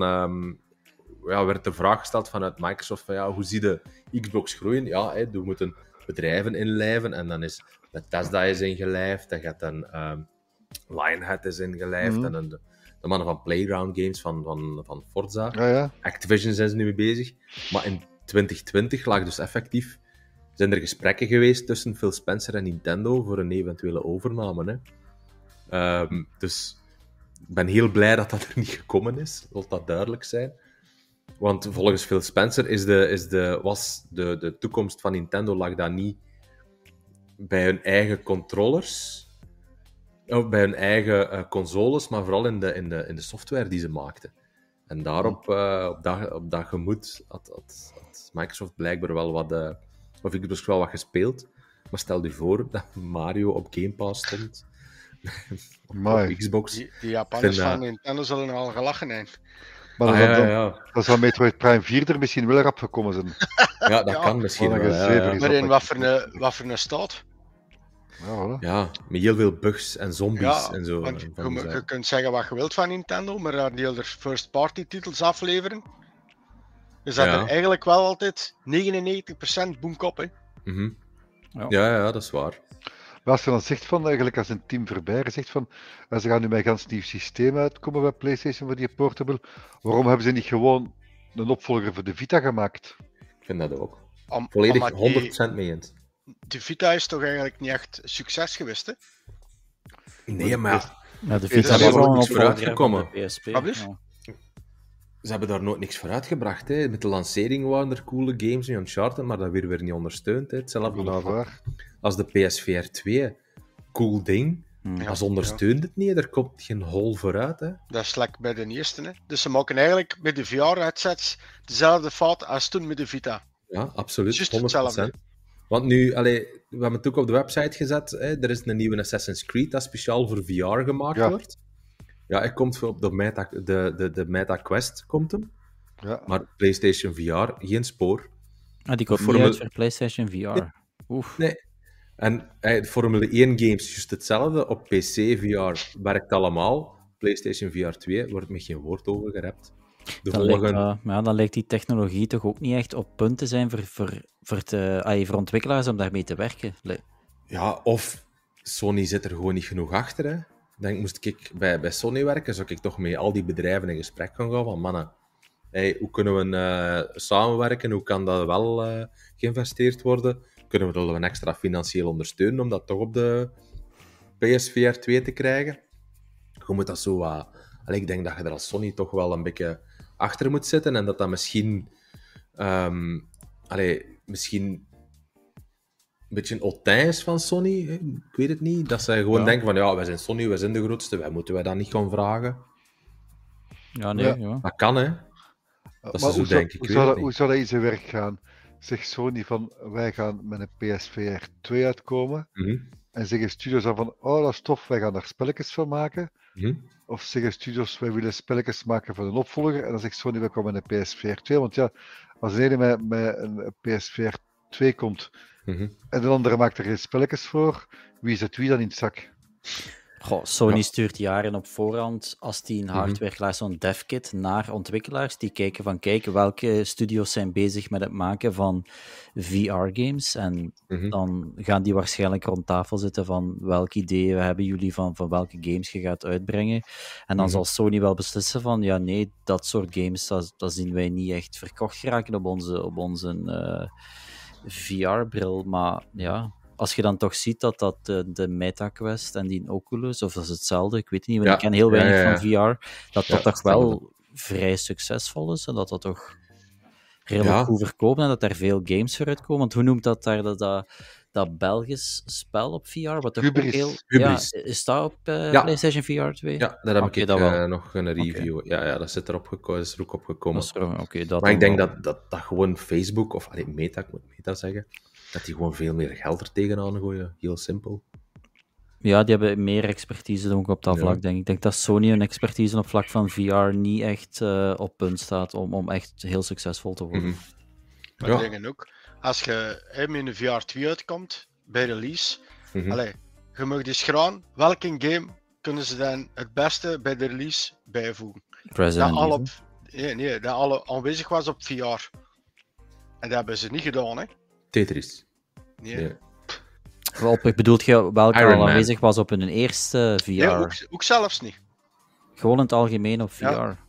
A: werd de vraag gesteld vanuit Microsoft van, ja, hoe zie je Xbox groeien? Ja, hè, we moeten bedrijven inlijven. En dan is Bethesda is ingelijfd. En gaat dan Lionhead is ingelijfd.
D: Mhm.
A: En dan de mannen van Playground Games van Forza.
D: Ja.
A: Activision zijn ze nu mee bezig. Maar in 2020 lag dus effectief... Zijn er gesprekken geweest tussen Phil Spencer en Nintendo voor een eventuele overname. Hè? Dus ik ben heel blij dat dat er niet gekomen is. Laat dat duidelijk zijn. Want volgens Phil Spencer was de toekomst van Nintendo lag dat niet bij hun eigen controllers, of bij hun eigen consoles, maar vooral in de software die ze maakten. En daarop, op dat gemoed, had Microsoft blijkbaar wel of Xbox wel wat gespeeld. Maar stel je voor dat Mario op Game Pass stond.
D: Amai.
A: Op Xbox.
B: Die Japanners
A: vind,
B: van Nintendo zullen al gelachen zijn.
D: Maar
A: Ja.
D: dan zal Metroid Prime 4 er misschien wel rap gekomen zijn.
A: Ja, dat
B: Ja.
A: kan misschien
D: Wat een
A: wel. Ja.
D: gezever is
B: Maar
D: dat
B: in wat voor een staat?
D: Ja, voilà.
A: Ja, met heel veel bugs en zombies
B: Ja,
A: en zo.
B: want
A: van die
B: je
A: zaken.
B: kunt zeggen wat je wilt van Nintendo, maar als die er first-party titels afleveren, is dat
A: Ja.
B: er eigenlijk wel altijd 99% boomkop, hè.
A: Mhm.
C: Ja.
A: Ja, dat is waar.
D: Maar als je dan zegt van, eigenlijk als een team Verbeer zegt van, ze gaan nu met een ganz nieuw systeem uitkomen bij PlayStation voor die portable, waarom hebben ze niet gewoon een opvolger voor de Vita gemaakt?
A: Ik vind dat ook.
B: Omdat
A: Volledig
B: die-
A: 100% mee eens.
B: De Vita is toch eigenlijk niet echt succes geweest, hè?
A: Nee, maar
C: Ja, de
D: Is
C: Vita
D: er
C: was
D: wel
C: wel een
A: niks
C: opvolger
A: vooruitgekomen?
C: van de PSP.
B: Wat blieft?
C: Ja.
A: ze hebben daar nooit niks voor uitgebracht. Hè. Met de lancering waren er coole games in Uncharted, maar dat werd weer niet ondersteund. Hè. Hetzelfde
D: Wel
A: nou
D: waar.
A: als de PSVR 2. Cool ding,
C: Hmm.
B: Ja,
A: maar ze ondersteunt het niet. Er komt geen hol vooruit. Hè.
B: Dat is lekker bij de eerste, hè. Dus ze maken eigenlijk met de VR-headsets dezelfde fout als toen met de Vita.
A: Ja, absoluut.
B: Juist
A: 100%.
B: hetzelfde.
A: Want nu, we hebben het ook op de website gezet. Hè, er is een nieuwe Assassin's Creed dat speciaal voor VR gemaakt
D: Ja.
A: wordt. Ja, hij komt op de Meta Quest, komt hem.
D: Ja.
A: Maar PlayStation VR, geen spoor.
C: Ah, die komt niet
A: Formule-
C: uit voor PlayStation VR. Oef.
A: Nee. En de Formule 1 games, juist hetzelfde. Op PC VR werkt allemaal. PlayStation VR 2 wordt met geen woord over gerept. De
C: Dan lijkt die technologie toch ook niet echt op punt te zijn voor ontwikkelaars om daarmee te werken.
A: Ja, of Sony zit er gewoon niet genoeg achter. Hè. Denk, moest ik bij Sony werken, zou ik toch met al die bedrijven in gesprek gaan van mannen, hoe kunnen we samenwerken? Hoe kan dat wel geïnvesteerd worden? Kunnen we een extra financieel ondersteunen om dat toch op de PSVR 2 te krijgen? Je moet dat zo... ik denk dat je er als Sony toch wel een beetje achter moet zitten en dat misschien... misschien een beetje een hautain is van Sony. Hè? Ik weet het niet. Dat ze gewoon denken van, ja, wij zijn Sony, wij zijn de grootste, moeten wij dat niet gaan vragen?
C: Ja, nee.
D: Ja.
C: Ja.
A: Dat kan, hè. Dat
D: Maar
A: ze zo denken, ik weet het niet.
D: hoe zou dat in zijn werk gaan? Zegt Sony van, wij gaan met een PSVR 2 uitkomen.
A: Mhm.
D: En zeggen studios dan van, oh dat is tof, wij gaan daar spelletjes van maken.
A: Mhm.
D: Of zeggen studios, wij willen spelletjes maken voor een opvolger. En dan zegt Sony, wij komen met een PSVR 2. Want ja, als de ene met een PSVR 2 komt,
A: Mhm.
D: en de andere maakt er geen spelletjes voor, wie zet wie dan in het zak?
C: Goh, Sony
A: Ja.
C: stuurt jaren op voorhand, als die een hardware klaar zo'n devkit naar ontwikkelaars, die kijken van, kijk, welke studios zijn bezig met het maken van VR-games. En
A: Mhm.
C: dan gaan die waarschijnlijk rond tafel zitten van, welk ideeën hebben jullie van welke games je gaat uitbrengen. En dan
A: Mhm.
C: zal Sony wel beslissen van, ja, nee, dat soort games, dat zien wij niet echt verkocht geraken op onze VR-bril. Maar ja, als je dan toch ziet dat de MetaQuest en die Oculus, of dat is hetzelfde, ik weet het niet, want
A: Ja.
C: ik ken heel weinig
A: Ja.
C: van VR, dat
A: Ja,
C: toch
A: hetzelfde.
C: wel vrij succesvol is en dat toch redelijk goed verkopen en dat daar veel games voor uitkomen. Want hoe noemt dat daar, dat Belgisch spel op VR? Wat toch
D: Hubris.
C: ook heel...
A: Hubris.
C: Ja, is dat op
A: Ja.
C: PlayStation VR 2?
A: Ja, daar heb
C: Oké,
A: ik
C: dat wel.
A: nog een review. Ja, dat zit erop gekomen. Dat is er ook opgekomen.
C: Dat is er- oké, dat
A: Maar ik
C: dan
A: denk
C: wel.
A: dat gewoon Facebook, of Meta, ik moet Meta zeggen, dat die gewoon veel meer geld er tegenaan gooien. Heel simpel.
C: Ja, die hebben meer expertise dan ook op dat
A: Ja.
C: vlak, denk ik. Ik denk dat Sony hun expertise op vlak van VR niet echt op punt staat om echt heel succesvol te worden.
A: Mhm.
B: Maar
A: Ja.
B: dingen ook. Als je met een VR 2 uitkomt, bij release,
A: Mhm.
B: allee, je mag dus graan, welke game kunnen ze dan het beste bij de release bijvoegen?
C: Resident
B: Dat al,
C: Evil.
B: op, nee, dat al aanwezig was op VR. En dat hebben ze niet gedaan, hè?
A: Tetris.
B: Nee,
A: Ja.
C: Ik bedoel, welke
A: Iron
C: al
A: Man.
C: aanwezig was op hun eerste VR?
B: Nee, ook zelfs niet.
C: Gewoon in het algemeen op VR.
B: Ja.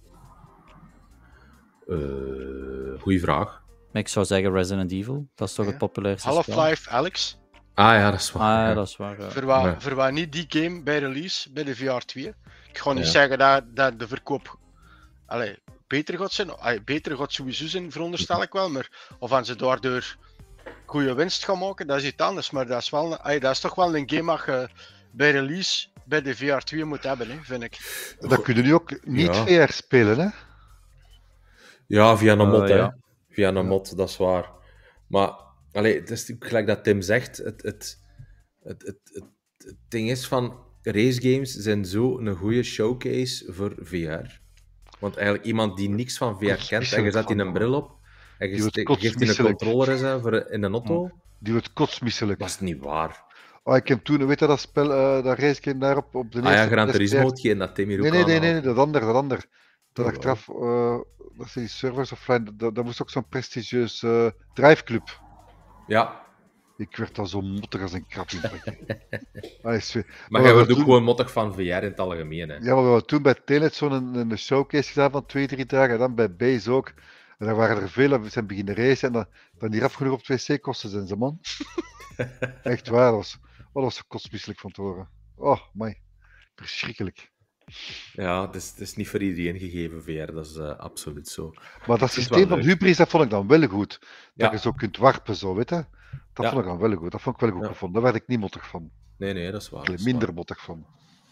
A: Goeie vraag.
C: Maar ik zou zeggen Resident Evil. Dat is toch
B: Ja.
C: het populairste spel?
B: Half-Life Alyx.
A: Ah ja, dat is waar.
C: Ah, ja,
A: ja.
C: dat is waar. Ja.
B: Voor wat niet die game bij release, bij de VR 2. Ik ga niet
A: Ja.
B: zeggen dat de verkoop beter gaat zijn. Beter gaat sowieso zijn, veronderstel ik wel. Maar of aan ze daardoor goede winst gaan maken, dat is iets anders. Maar dat is, wel, dat is toch wel een game dat je bij release bij de VR 2 moet hebben, hè, vind ik.
D: Dat kun je nu ook niet
A: Ja.
D: VR spelen, hè?
A: Ja, via een mod, hè.
C: ja.
A: Via een mod, dat is waar. Maar, het is gelijk dat Tim zegt, het ding is van, racegames zijn zo een goede showcase voor VR. Want eigenlijk iemand die niks van VR kent, en je
D: misselijk
A: zet die
D: van,
A: een bril op, en
D: Die
A: je
D: wordt
A: geeft die een
D: kotsmisselijk.
A: controller eens, hè, in een auto,
D: Die wordt kotsmisselijk.
A: dat is niet waar.
D: Oh, ik heb toen, weet je dat spel, dat racegame daarop op de
A: Ah ja,
D: eerste
A: Gran
D: PSP.
A: Turismo, hetgeen dat Tim hier ook
D: Nee, dat ander. Dat
A: Oh,
D: achteraf, dat zijn die servers offline, dat moest ook zo'n prestigieus driveclub.
A: Ja,
D: Ik werd daar zo mottig als een krap in.
A: maar
D: we
A: jij
D: hebben
A: wordt ook
D: toen-
A: gewoon mottig van VR in het algemeen, hè.
D: Ja, maar we hebben toen bij Tenet zo'n showcase gedaan van 2-3 dagen. En dan bij Base ook. En dan waren er veel, en we zijn beginnen racen. En dan hier afgenoeg op 2 wc-kosten zijn ze, man. Echt waar, dat was zo kotsmisselijk van te horen. Oh, my. Verschrikkelijk.
A: Ja, het is niet voor iedereen gegeven, VR, dat is absoluut zo.
D: Maar dat
A: vind het
D: systeem
A: wel
D: van
A: leuk.
D: Hubris, dat vond ik dan wel goed. Dat
A: Ja.
D: je zo kunt warpen, zo, weet je. Dat
A: Ja.
D: vond ik dan wel goed. Dat vond ik wel goed
A: Ja.
D: gevonden. Daar werd ik niet mottig van.
A: Nee, dat is waar.
D: Ik
A: dat
D: werd
A: is
D: minder
A: waar.
D: mottig van.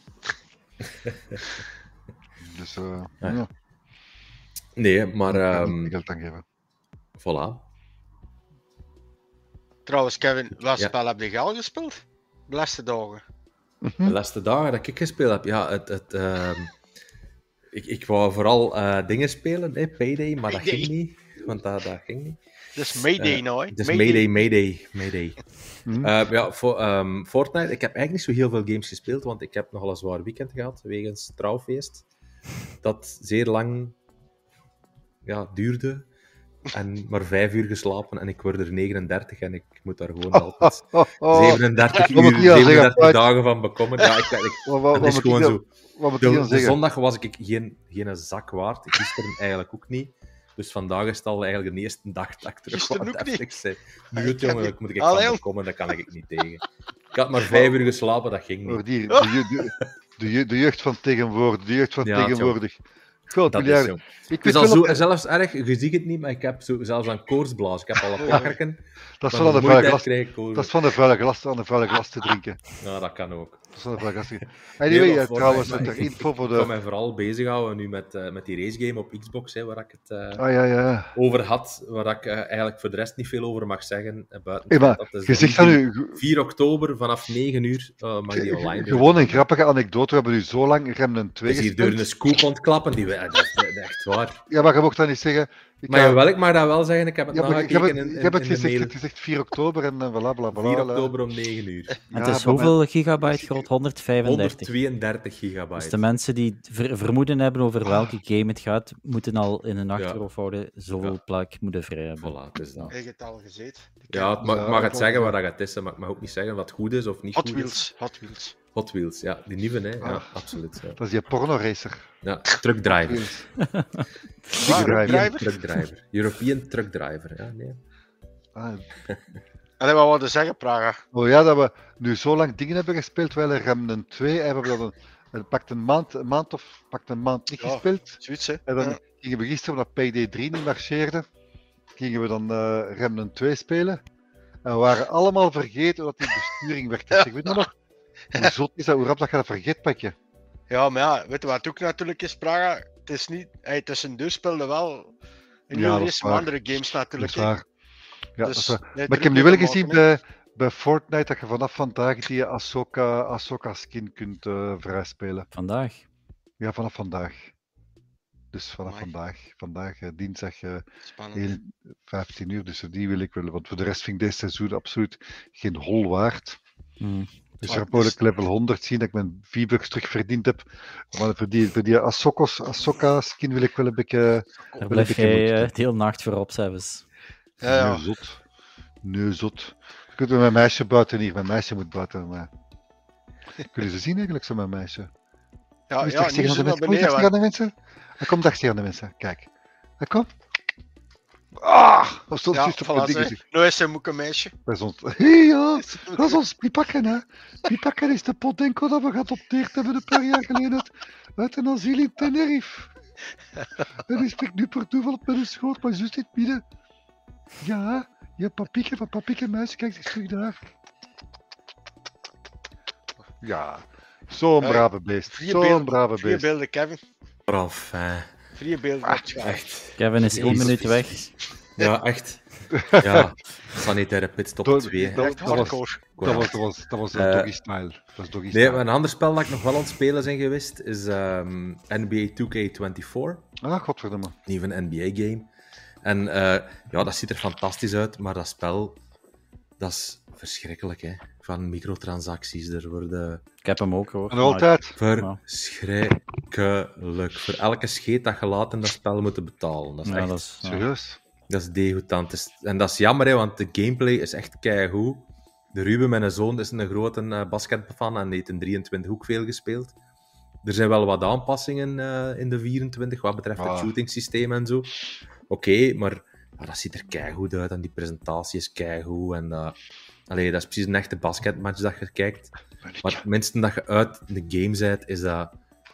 D: Dus,
A: Ja.
D: ja.
A: Nee, maar
D: Ik kan niet geld aan geven.
A: voilà.
B: Trouwens, Kevin, wat
A: Ja.
B: spel heb je al gespeeld? De laatste dagen.
A: De laatste dagen dat ik gespeeld heb, ja, ik wou vooral dingen spelen, hè, Payday, maar dat
B: Payday.
A: ging niet. Want dat ging niet.
B: Dus Mayday nou, hè?
A: Dus Mayday.
D: Hm?
A: Ja, Fortnite, ik heb eigenlijk niet zo heel veel games gespeeld, want ik heb nogal een zwaar weekend gehad, wegens trouwfeest. Dat zeer lang duurde. En maar 5 uur geslapen en ik word er 39 en ik moet daar gewoon altijd 37
D: Wat moet
A: uur,
D: ik dan zeggen,
A: 37
D: Piet?
A: dagen van bekomen. Ja,
D: Wat
A: het is
D: moet
A: gewoon
D: ik
A: zo.
D: dan- wat moet ik dan
A: De
D: zeggen?
A: zondag was ik geen zak waard. Gisteren eigenlijk ook niet. Dus vandaag is het al eigenlijk de eerste dag dat ik terug
B: Gisteren
A: wat
B: ook niet?
A: Netflix zei. Nu het jongen, dat moet ik
B: Allee,
A: van
B: jong.
A: bekomen, dat kan ik niet tegen. Ik had maar 5 uur geslapen, dat ging
D: Hoor
A: niet.
D: die, de jeugd van tegenwoordig. De jeugd van
A: Ja,
D: tegenwoordig. God,
A: Dat is
D: miljard.
A: zo.
D: Ik
A: Het
D: weet
A: is al
D: wel dat-
A: zelfs erg, je ziet het niet, maar ik heb zelfs aan koortsblaas. Ik heb al een plakkerken.
D: Dat is
A: Van
D: van de
A: de
D: vuile
A: vermoeidheid
D: glas.
A: krijg ik koorts.
D: Dat is van de vuile glas, aan de vuile glas te drinken.
A: Ja, dat kan ook.
D: Dat is van de vuile glas te drinken. Anyway,
A: maar
D: trouwens,
A: Fortnite,
D: ter info voor
A: Ik kan
D: de...
A: mij vooral bezighouden nu met die racegame op Xbox, hè, waar ik het
D: Ja.
A: over had, waar ik eigenlijk voor de rest niet veel over mag zeggen. Buiten
D: Hey, maar
A: dat is
D: je
A: dan
D: zegt dan nu...
A: 4 oktober vanaf 9 uur mag die online doen.
D: Gewoon een grappige anekdote. We hebben nu zo lang Remnant 2
A: Dus hier door een
D: gespeeld.
A: scoop ontklappen, dat is echt waar.
D: Ja, maar je mocht dat niet zeggen.
A: Maar jawel, ik mag dat wel zeggen, ik heb het
D: Ja, maar ik heb
A: nagekeken
D: het,
A: in
D: ik heb het
A: de
D: gezegd, je
A: mail.
D: hebt gezegd 4 oktober en bla bla bla.
A: 4 oktober om 9 uur.
C: En het is
D: maar
C: hoeveel gigabyte groot? 135.
A: 132 gigabyte.
C: Dus de mensen die vermoeden hebben over welke game het gaat, moeten al in hun achterhoofd houden zoveel
A: Ja.
C: plek moeten vrij hebben.
A: Voilà, het is dat.
B: Ik heb het al gezeten.
A: Ja, ik mag
D: Ja,
A: het
D: volgens
A: zeggen
D: mij.
A: waar dat het is, maar ik mag ook niet zeggen wat goed is of niet
B: Hot
A: goed is.
B: Wheels. Hot Wheels.
A: Hot Wheels, ja. Die nieuwe, hè. Ja,
D: Ah.
A: absoluut. Ja.
D: Dat is die porno-racer.
A: Ja, truck driver.
B: Driver?
A: Truck driver. European truck driver, ja, nee.
D: Ah,
B: En wat wilde zeggen, Praga?
D: oh ja, dat we nu zo lang dingen hebben gespeeld, terwijl Remnant 2, en we hebben pakt een maand niet
B: Ja.
D: gespeeld.
B: Zoiets, hè?
D: En dan
B: Ja.
D: gingen we gisteren omdat Payday 3 niet marcheerde. gingen we dan Remnant 2 spelen. En we waren allemaal vergeten hoe dat die besturing werkt. Dus ik weet nog, hoe zot is dat, hoe rap dat je dat vergeet, Pekje.
B: Ja, maar ja, weet je wat ook natuurlijk is, Praga? Het is niet... tussendoor speelde wel een
D: Ja,
B: heel
D: dat is
B: race
D: waar.
B: andere games
D: Dat
B: natuurlijk.
D: is waar. Ja,
B: Dus,
D: dat is waar.
B: nee,
D: Maar ik heb nu
B: druk
D: wel
B: moeten
D: gezien
B: maken,
D: bij Fortnite dat je vanaf vandaag die Ahsoka skin kunt vrijspelen.
C: Vandaag.
D: Ja, vanaf vandaag. Dus vanaf
B: Amai.
D: vandaag dinsdag
B: Spannend.
D: 15 uur, dus die wil ik willen. Want voor de rest vind ik deze seizoen absoluut geen hol waard. Dus
B: Maar
D: ik heb ook level 100 zien dat ik mijn V-Bucks terugverdiend heb. Maar voor die Ahsoka skin wil ik wel een beetje...
C: Daar blijf jij de hele nacht voor op, zelfs.
B: Ja.
D: Nee, zot. Je kunt met mijn meisje buiten hier. Mijn meisje moet buiten. Maar... Kunnen ze zien eigenlijk, zo mijn meisje?
B: Ja,
D: Nu
B: ja, nu
D: tegen
B: zijn we
D: de
B: beneden.
D: mensen.
B: want-
D: De mensen. Hij komt dag tegen de mensen. Kijk. Hij komt. Ah! Dat stond
B: Ja,
D: juist op mijn
B: voilà,
D: dingen.
B: zeg. Nou is hij ook een meisje.
D: Dat is ons... Hey, ja, dat is ons Pipakken, hè. Pipakken is de potdenko dat we geadopteerd hebben een paar jaar geleden uit een asiel in Tenerife. En die spreekt nu per toeval op mijn schoot, maar juist in het midden. Ja, je papieke van papieke muis, kijk eens terug daar. Ja, zo'n
B: Ja,
D: brave beest.
B: Vier
D: Zo'n
B: beelden,
D: brave
B: vier
D: beest.
B: beelden, Kevin.
A: Enfin,
B: 4 beelden. op het scherm.
A: echt.
C: Kevin is 1 minuut weg.
A: Ja, echt. Ja, sanitaire pitstop
D: Dat-
A: 2.
D: dat-
B: Echt
D: dat was-
B: hardcore.
D: Dat was
A: Eh,
D: doggy style. Dat was doggy
A: Nee,
D: style.
A: maar een ander spel dat ik nog wel aan het spelen zijn geweest is NBA 2K24.
D: Ah, godverdomme.
A: Nieuw een NBA-game. En ja, dat ziet er fantastisch uit, maar dat spel, dat is verschrikkelijk, hè. Van microtransacties, er worden
C: Ik heb hem ook, hoor.
D: En altijd.
A: verschrikkelijk. Voor elke scheet dat je laat in dat spel moeten betalen. Dat is
C: Ja,
A: echt...
C: dat is... ja.
D: Serieus.
A: Dat is degoutant. En dat is jammer, hè, want de gameplay is echt keigoed. De Ruben, mijn zoon, is een grote basketfan en heeft in 23 ook veel gespeeld. Er zijn wel wat aanpassingen in de 24, wat betreft het shooting systeem en zo. Oké, maar ja, dat ziet er keigoed uit en die presentatie is keigoed. En allee, dat is precies een echte basketmatch dat je kijkt. Maar het minste dat je uit de game bent, is dat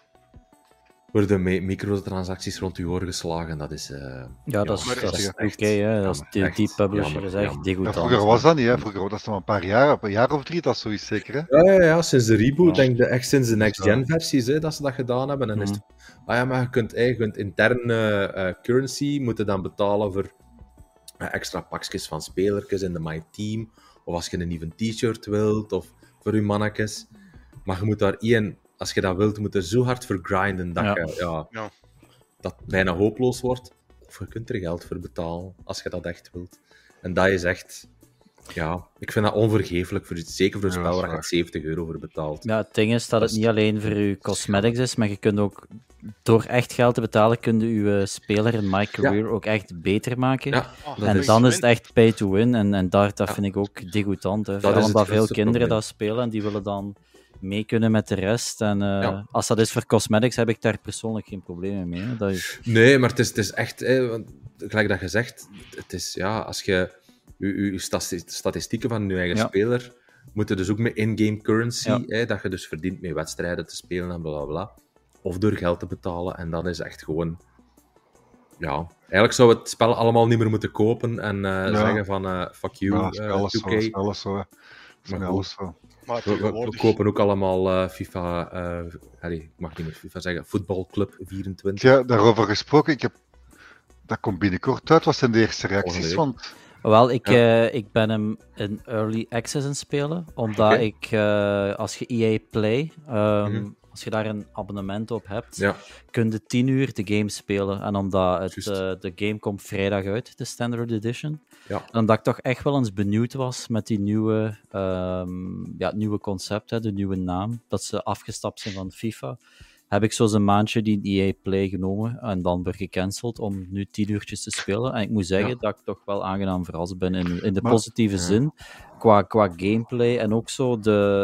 A: worden microtransacties rond je oren geslagen. Dat is...
C: Ja, dat is,
B: maar
C: dat is
A: echt
C: oké, hè. Dat is
A: jammer,
C: die
A: echt
C: publisher
A: jammer,
C: is echt
A: jammer.
D: Ja,
C: degoutant.
D: vroeger was dat niet, hè. Vroeger was dat nog een jaar of 3, dat is zoiets zeker, hè.
A: Ja, sinds de reboot,
C: Ja.
A: denk ik, echt sinds de next-gen versies, hè, dat ze dat gedaan hebben. En is het, maar je kunt interne currency moeten dan betalen voor extra pakjes van spelertjes in de My Team, of als je een nieuwe t-shirt wilt, of voor je mannetjes. Maar je moet daar als je dat wilt, moet er zo hard voor grinden dat
B: Ja.
A: dat bijna hopeloos wordt. Of je kunt er geld voor betalen, als je dat echt wilt. En dat is echt... Ja, ik vind dat onvergeeflijk, zeker voor een
D: Ja,
A: spel
D: dat is
A: waar je
D: waar.
A: 70 euro voor betaalt.
C: Ja, het ding is dat het niet alleen voor je cosmetics is, maar je kunt ook, door echt geld te betalen, kun je je speler in My Career ook echt beter maken.
A: Ja,
B: Oh,
A: dat
C: En
A: is-
C: dan is het echt pay to win. En dat
A: Ja.
C: vind ik ook degoutant. Hè.
A: Dat
C: Vooral
A: is het
C: omdat veel
A: grootste
C: kinderen
A: probleem.
C: dat spelen en die willen dan mee kunnen met de rest. En
A: Ja.
C: als dat is voor cosmetics, heb ik daar persoonlijk geen problemen mee. Hè. Dat is...
A: Nee, maar het is echt... want, gelijk dat je zegt, het is... Ja, als je... Je statistieken van je eigen
C: Ja.
A: speler moeten dus ook met in-game currency,
C: Ja.
A: dat je dus verdient met wedstrijden te spelen en bla bla bla. Of door geld te betalen. En dat is echt gewoon... Ja, eigenlijk zou het spel allemaal niet meer moeten kopen en zeggen van fuck you,
D: Ja, dat is bij alles zo.
A: 2K.
D: Dat is bij alles zo, hè. Dat is
A: Maar
D: bij
A: goed.
D: alles zo.
B: Maar
A: We
B: tegenwoordig...
A: kopen ook allemaal FIFA... ik mag niet meer FIFA zeggen. Voetbalclub 24.
D: Ja, daarover gesproken, dat komt binnenkort uit. Wat zijn de eerste
A: Volgende
D: reacties?
A: week.
D: Want
C: Wel, ik ben hem in early access aan het spelen, omdat
A: Oké.
C: ik, als je EA Play,
A: Mhm.
C: als je daar een abonnement op hebt,
A: Ja,
C: kun je 10 uur de game spelen. En omdat
A: Juist.
C: de game komt vrijdag uit, de Standard Edition.
A: Ja.
C: En omdat ik toch echt wel eens benieuwd was met die nieuwe, het nieuwe concept, hè, de nieuwe naam, dat ze afgestapt zijn van FIFA, heb ik zo een maandje die EA Play genomen en dan weer gecanceld om nu 10 uurtjes te spelen. En ik moet zeggen
A: Ja.
C: dat ik toch wel aangenaam verrast ben in de
D: Maar-
C: positieve zin. Qua gameplay en ook zo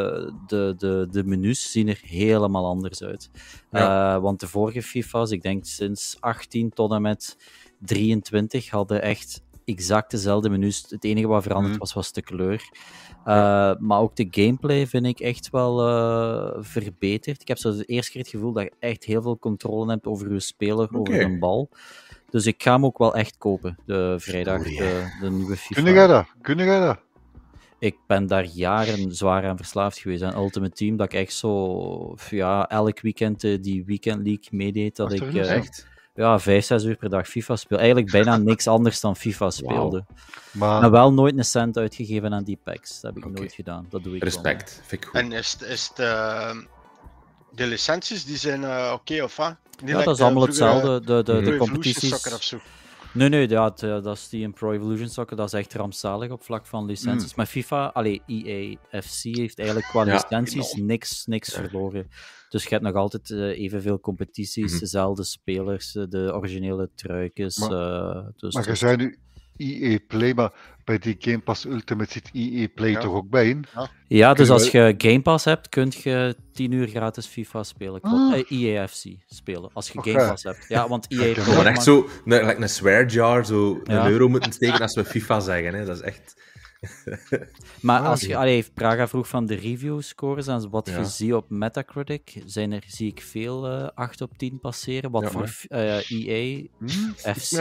C: de menus zien er helemaal anders uit. Want de vorige FIFA's, ik denk sinds 18 tot en met 23, hadden echt exact dezelfde menus. Het enige wat veranderd was de kleur. Maar ook de gameplay vind ik echt wel verbeterd. Ik heb zo de eerste keer het gevoel dat je echt heel veel controle hebt over je speler, over een bal. Dus ik ga hem ook wel echt kopen, de vrijdag, de nieuwe FIFA.
D: Kun jij dat?
C: Ik ben daar jaren zwaar aan verslaafd geweest aan Ultimate Team, dat ik echt zo elk weekend die Weekend League meedeed, dat ik
A: echt?
C: 5-6 uur per dag FIFA speel. Eigenlijk bijna niks anders dan FIFA speelde.
A: Wow.
C: Maar wel nooit een cent uitgegeven aan die packs. Dat heb ik nooit gedaan. Dat doe ik
A: Respect,
C: wel.
A: vind ik goed.
B: En is de licenties, die zijn oké, of wat?
C: Ja, dat is allemaal hetzelfde. De competities...
B: Soccer of zo.
C: Nee, dat is die in Pro Evolution Soccer, dat is echt rampzalig op vlak van licenties. Maar FIFA, EA FC heeft eigenlijk qua licenties niks verloren. Dus je hebt nog altijd evenveel competities, dezelfde spelers, de originele truikens.
D: Maar je zei nu EA Play, maar bij die Game Pass Ultimate zit EA Play toch ook bij in?
C: Ja, dus als je Game Pass hebt, kun je 10 uur gratis FIFA spelen. EA FC spelen, als je Game Pass hebt. Ja, want EA
A: Play... Maar echt zo, like een swear jar, zo €1 moeten steken als we FIFA zeggen. Hè. Dat is echt...
C: Maar als je, Praga vroeg van de review scores en wat je ziet op Metacritic, zie ik veel 8 op 10 passeren, wat voor EA FC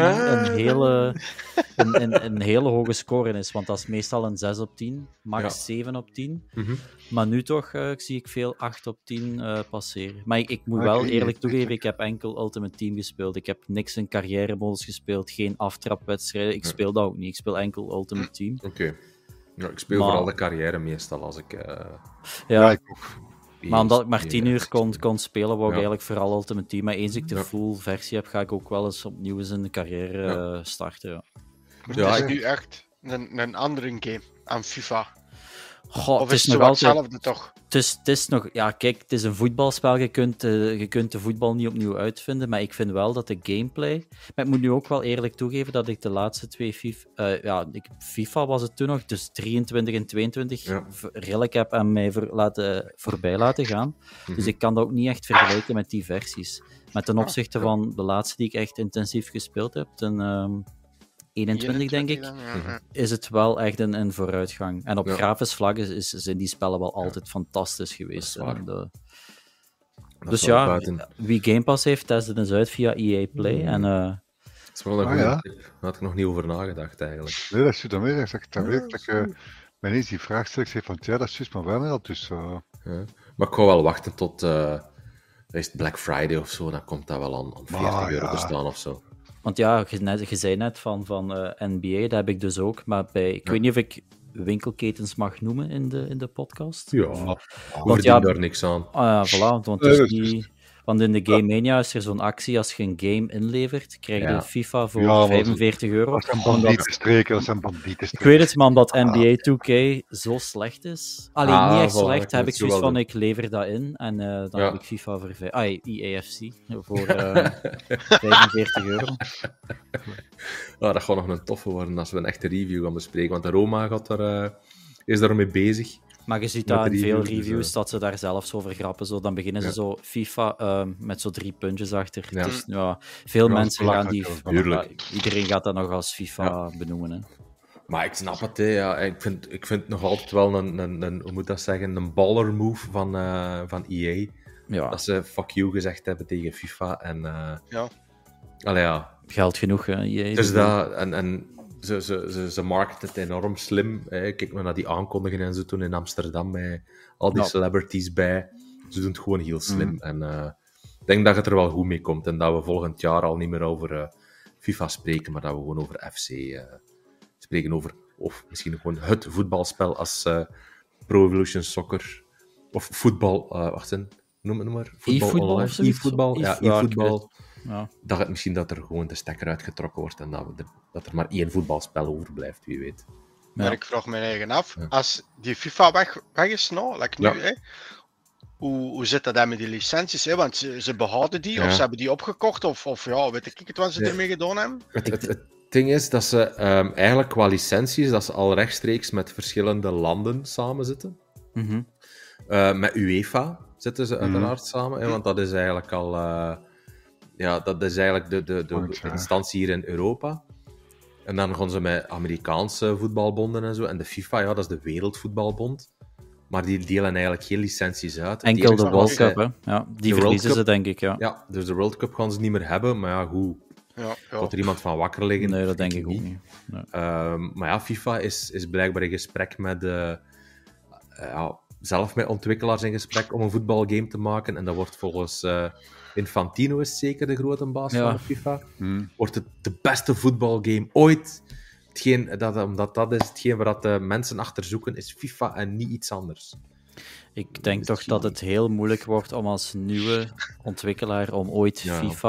C: een hele hoge score is, want dat is meestal een 6 op 10, max 7 op 10. Maar nu toch zie ik veel 8 op 10 passeren. Maar ik moet wel eerlijk toegeven, ik heb enkel Ultimate Team gespeeld. Ik heb niks in carrière-modus gespeeld, geen aftrapwedstrijden. Ik speel dat ook niet. Ik speel enkel Ultimate Team.
A: Oké. Ja, ik speel vooral de carrière meestal als ik...
C: ik ook. Maar omdat ik maar 10 uur kon spelen, wou ik eigenlijk vooral Ultimate Team. Maar eens ik de full versie heb, ga ik ook wel eens opnieuw eens in de carrière starten.
B: Het is nu echt een andere game aan FIFA.
C: Goh,
B: of is het nog altijd hetzelfde toch?
C: Het is nog... Ja, kijk, het is een voetbalspel. Je kunt de voetbal niet opnieuw uitvinden, maar ik vind wel dat de gameplay... Maar ik moet nu ook wel eerlijk toegeven dat ik de laatste twee FIFA was het toen nog, dus 23 en 22, redelijk heb aan mij voorbij laten gaan. Dus ik kan dat ook niet echt vergelijken met die versies. Maar ten opzichte van de laatste die ik echt intensief gespeeld heb, 21 denk ik, is het wel echt een vooruitgang. En op grafisch vlak zijn die spellen wel altijd fantastisch geweest. Dus wie Game Pass heeft, test het eens uit via EA Play. En,
A: dat is wel een goede tip. Daar had ik nog niet over nagedacht, eigenlijk.
D: Nee, dat is dan weer. Dat ik mij eens die vraag stel, ik zeg van, dat is juist, maar wij hebben dat dus...
A: Maar ik ga wel wachten tot Black Friday of zo, dan komt dat wel aan €40 te staan of zo.
C: Want ja, je zei net van NBA, dat heb ik dus ook, maar ik weet niet of ik winkelketens mag noemen in de podcast.
A: Ja, we verdienen daar niks aan.
C: Voilà, want in de Game Mania is er zo'n actie, als je een game inlevert, krijg je FIFA voor €45.
D: Dat zijn bandietenstreken,
C: Ik weet het, maar omdat NBA 2K zo slecht is... Alleen niet echt slecht, heb ik zoiets van, ik lever dat in, en dan heb ik FIFA voor EAFC voor €45.
A: Dat gaat nog een toffe worden als we een echte review gaan bespreken, want de Roma is daarmee bezig.
C: Maar je ziet daar in veel reviews dat ze daar zelfs over grappen. Zo, dan beginnen ze zo FIFA met zo 3 puntjes achter. Ja. Dus, veel mensen gaan iedereen gaat dat nog als FIFA benoemen. Hè.
A: Maar ik snap het, ik vind nog altijd wel een hoe moet dat zeggen, een baller move van EA. Ja. Dat ze fuck you gezegd hebben tegen FIFA. En,
C: geld genoeg, hè, EA.
A: Dus dat, en ze marketen het enorm slim. Kijk maar naar die aankondigingen en zo toen in Amsterdam met al die celebrities bij. Ze doen het gewoon heel slim. En ik denk dat het er wel goed mee komt. En dat we volgend jaar al niet meer over FIFA spreken, maar dat we gewoon over FC spreken. Of misschien gewoon het voetbalspel als Pro Evolution Soccer. Of voetbal, noem het maar.
C: E-voetbal.
A: E-voetbal. Ja. Dat misschien dat er gewoon de stekker uitgetrokken wordt en dat er maar 1 voetbalspel overblijft, wie weet.
B: Maar ik vraag me eigen af, als die FIFA weg is nou, nu, hè, hoe zit dat dan met die licenties? Hè? Want ze behouden die, of ze hebben die opgekocht, of weet ik het wat ze ermee gedaan hebben?
A: Het ding is dat ze eigenlijk qua licenties, dat ze al rechtstreeks met verschillende landen samenzitten. Met UEFA zitten ze uiteraard samen, hè, want dat is eigenlijk al... dat is eigenlijk de instantie hier in Europa. En dan gaan ze met Amerikaanse voetbalbonden en zo. En de FIFA, ja, dat is de Wereldvoetbalbond. Maar die delen eigenlijk geen licenties uit.
C: Enkel de World Cup,
A: hè?
C: hè. Ja, die
A: World
C: verliezen
A: Cup,
C: ze, denk ik, ja.
A: Ja, dus de World Cup gaan ze niet meer hebben. Maar ja, goed.
B: Ja.
A: Gaat er iemand van wakker liggen?
C: Nee, dat denk ik ook niet. Nee.
A: Maar ja, FIFA is blijkbaar in gesprek met... zelf met ontwikkelaars in gesprek om een voetbalgame te maken. En dat wordt volgens... Infantino is zeker de grote baas van de FIFA. Wordt het de beste voetbalgame ooit. Omdat dat is hetgeen waar de mensen achter zoeken, is FIFA en niet iets anders.
C: Ik denk toch dat het heel moeilijk wordt om als nieuwe ontwikkelaar om ooit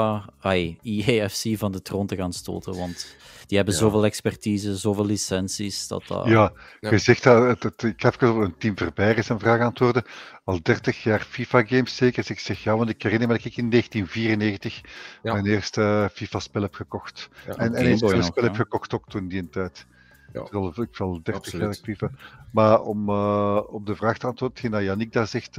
C: EAFC van de troon te gaan stoten, want die hebben zoveel expertise, zoveel licenties,
D: Ja, je zegt dat, ik heb even over een Team Verbeer een vraag antwoorden. Al 30 jaar FIFA-games zeker. Dus ik zeg ja, want ik herinner me dat ik in 1994 mijn eerste FIFA-spel heb gekocht. Ja, en een spel heb gekocht ook toen die tijd. Ja. Ik wel 30 jaar FIFA. Maar om op de vraag te antwoorden, dat Yannick daar zegt...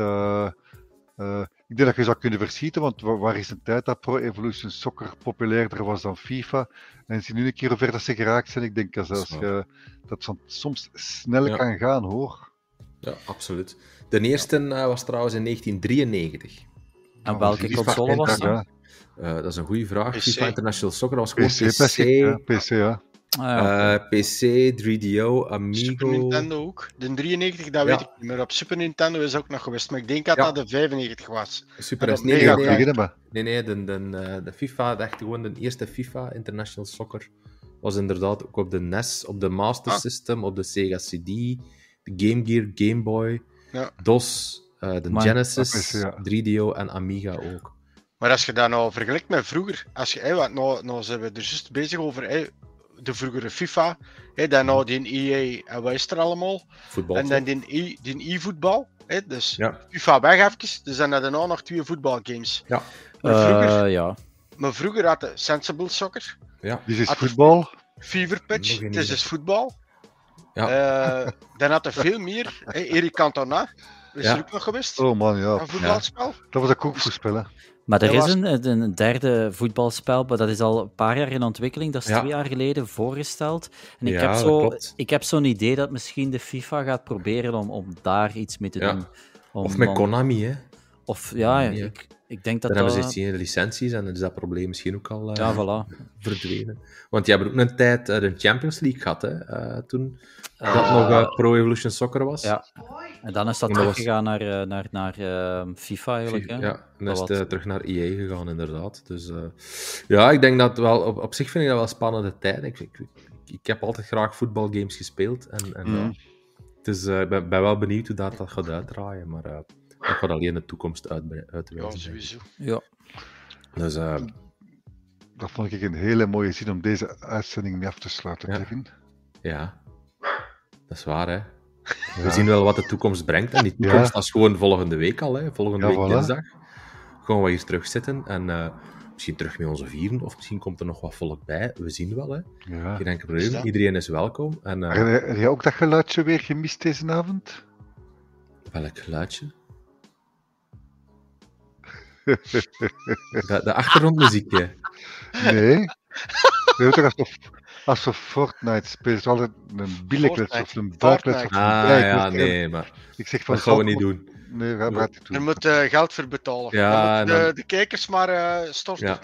D: ik denk dat je zou kunnen verschieten, want waar is een tijd dat Pro Evolution Soccer populairder was dan FIFA? En zie nu een keer hoe ver dat ze geraakt zijn. Ik denk dat soms snel kan gaan, hoor.
A: Ja, absoluut. De eerste was trouwens in 1993.
C: En welke console was dat?
A: Dat is een goede vraag. PC. FIFA International Soccer was gewoon
D: PC, ja.
A: PC, 3DO, Amigo...
B: Super Nintendo ook. De 93, dat weet ik niet meer. Op Super Nintendo is ook nog geweest, maar ik denk dat de 95 was.
A: Super NES. Nee, de FIFA, gewoon de eerste FIFA International Soccer, was inderdaad ook op de NES, op de Master System, op de Sega CD, de Game Gear, Game Boy, DOS, de Genesis, 3DO en Amiga ook.
B: Maar als je dat nou vergelijkt met vroeger, nou zijn we er juist bezig over... de vroegere FIFA, dan nou die EA en wat is er allemaal?
A: Voetbal.
B: En dan die e-voetbal. Dus FIFA weg even, dus dan hadden we nog 2 voetbalgames.
A: Ja.
B: Maar vroeger had de Sensible Soccer.
A: Ja.
D: Dit is voetbal.
B: Fever Pitch, het is dus voetbal.
A: Ja.
B: Dan had er veel meer. Eric Cantona is er ook nog geweest.
D: Oh man, ja.
B: Een voetbalspel.
D: Dat was een koekvoetspel, hè.
C: Maar er is een derde voetbalspel, maar dat is al een paar jaar in ontwikkeling. Dat is 2 jaar geleden voorgesteld. En ik heb zo'n idee dat misschien de FIFA gaat proberen om daar iets mee te doen.
A: Of met Konami, hè.
C: Of ik denk dat
A: dan hebben ze iets licenties en dan is dat probleem misschien ook al
C: voilà.
A: verdwenen. Want die hebben ook een tijd de Champions League gehad, hè, toen dat nog Pro Evolution Soccer was.
C: Ja. En dan is dat teruggegaan naar FIFA eigenlijk. Hè?
A: Ja, en dan is het terug naar EA gegaan, inderdaad. Dus ik denk dat wel, op zich vind ik dat wel spannende tijd. Ik heb altijd graag voetbalgames gespeeld en dus ik ben wel benieuwd hoe dat gaat uitdraaien, maar dat gaat alleen de toekomst uitwijzen.
B: Ja, sowieso.
C: Ja.
A: Dus,
D: dat vond ik een hele mooie zin om deze uitzending mee af te sluiten, Kevin.
A: Ja, dat is waar, hè. We zien wel wat de toekomst brengt. En die toekomst dat is gewoon volgende week al. Hè. Volgende week dinsdag gaan we hier terug zitten. En misschien terug met onze vieren. Of misschien komt er nog wat volk bij. We zien wel. Hè.
D: Ja.
A: Geen enkel probleem. Iedereen is welkom. En,
D: heb jij ook dat geluidje weer gemist deze avond?
A: Welk geluidje? De achtergrondmuziekje.
D: Nee. Als we Fortnite spelen, is altijd een billenklets of een buikklets of een
A: nee, maar
D: ik zeg van,
A: dat gaan we niet doen.
D: Nee, dat gaat niet doen.
B: Er moet geld voor betalen.
A: Ja,
B: de kijkers maar storten.
A: Ja.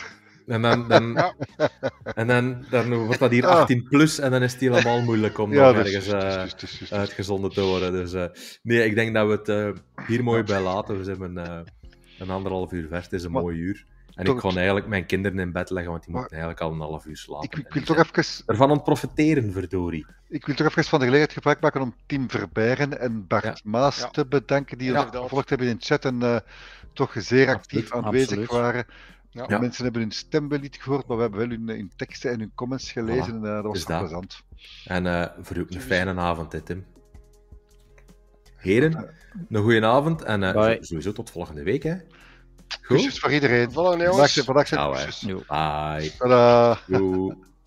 A: En dan wordt dat hier 18 plus en dan is het helemaal moeilijk om nog ergens uitgezonden te worden. Dus nee, ik denk dat we het hier mooi bij laten. We hebben een 1,5 uur vers, het is een mooi uur. En ik ga eigenlijk mijn kinderen in bed leggen, want die moeten eigenlijk al 1,5 uur slapen.
D: Ik wil toch even...
A: ervan aan het profiteren, verdorie.
D: Ik wil toch even van de gelegenheid gebruik maken om Tim Verbeiren en Bart Maas te bedanken, die ons gevolgd hebben in de chat en toch zeer actief aanwezig waren. Ja. Mensen hebben hun stem wel niet gehoord, maar we hebben wel hun teksten en hun comments gelezen en dat was plezant.
A: En voor u ook een fijne avond, hè, Tim. Heren, een goeie avond en sowieso tot volgende week, hè.
D: Kusjes voor iedereen.
B: Volgende jongens.
D: Vandaag zijn kusjes.
A: Bye.
D: Tada.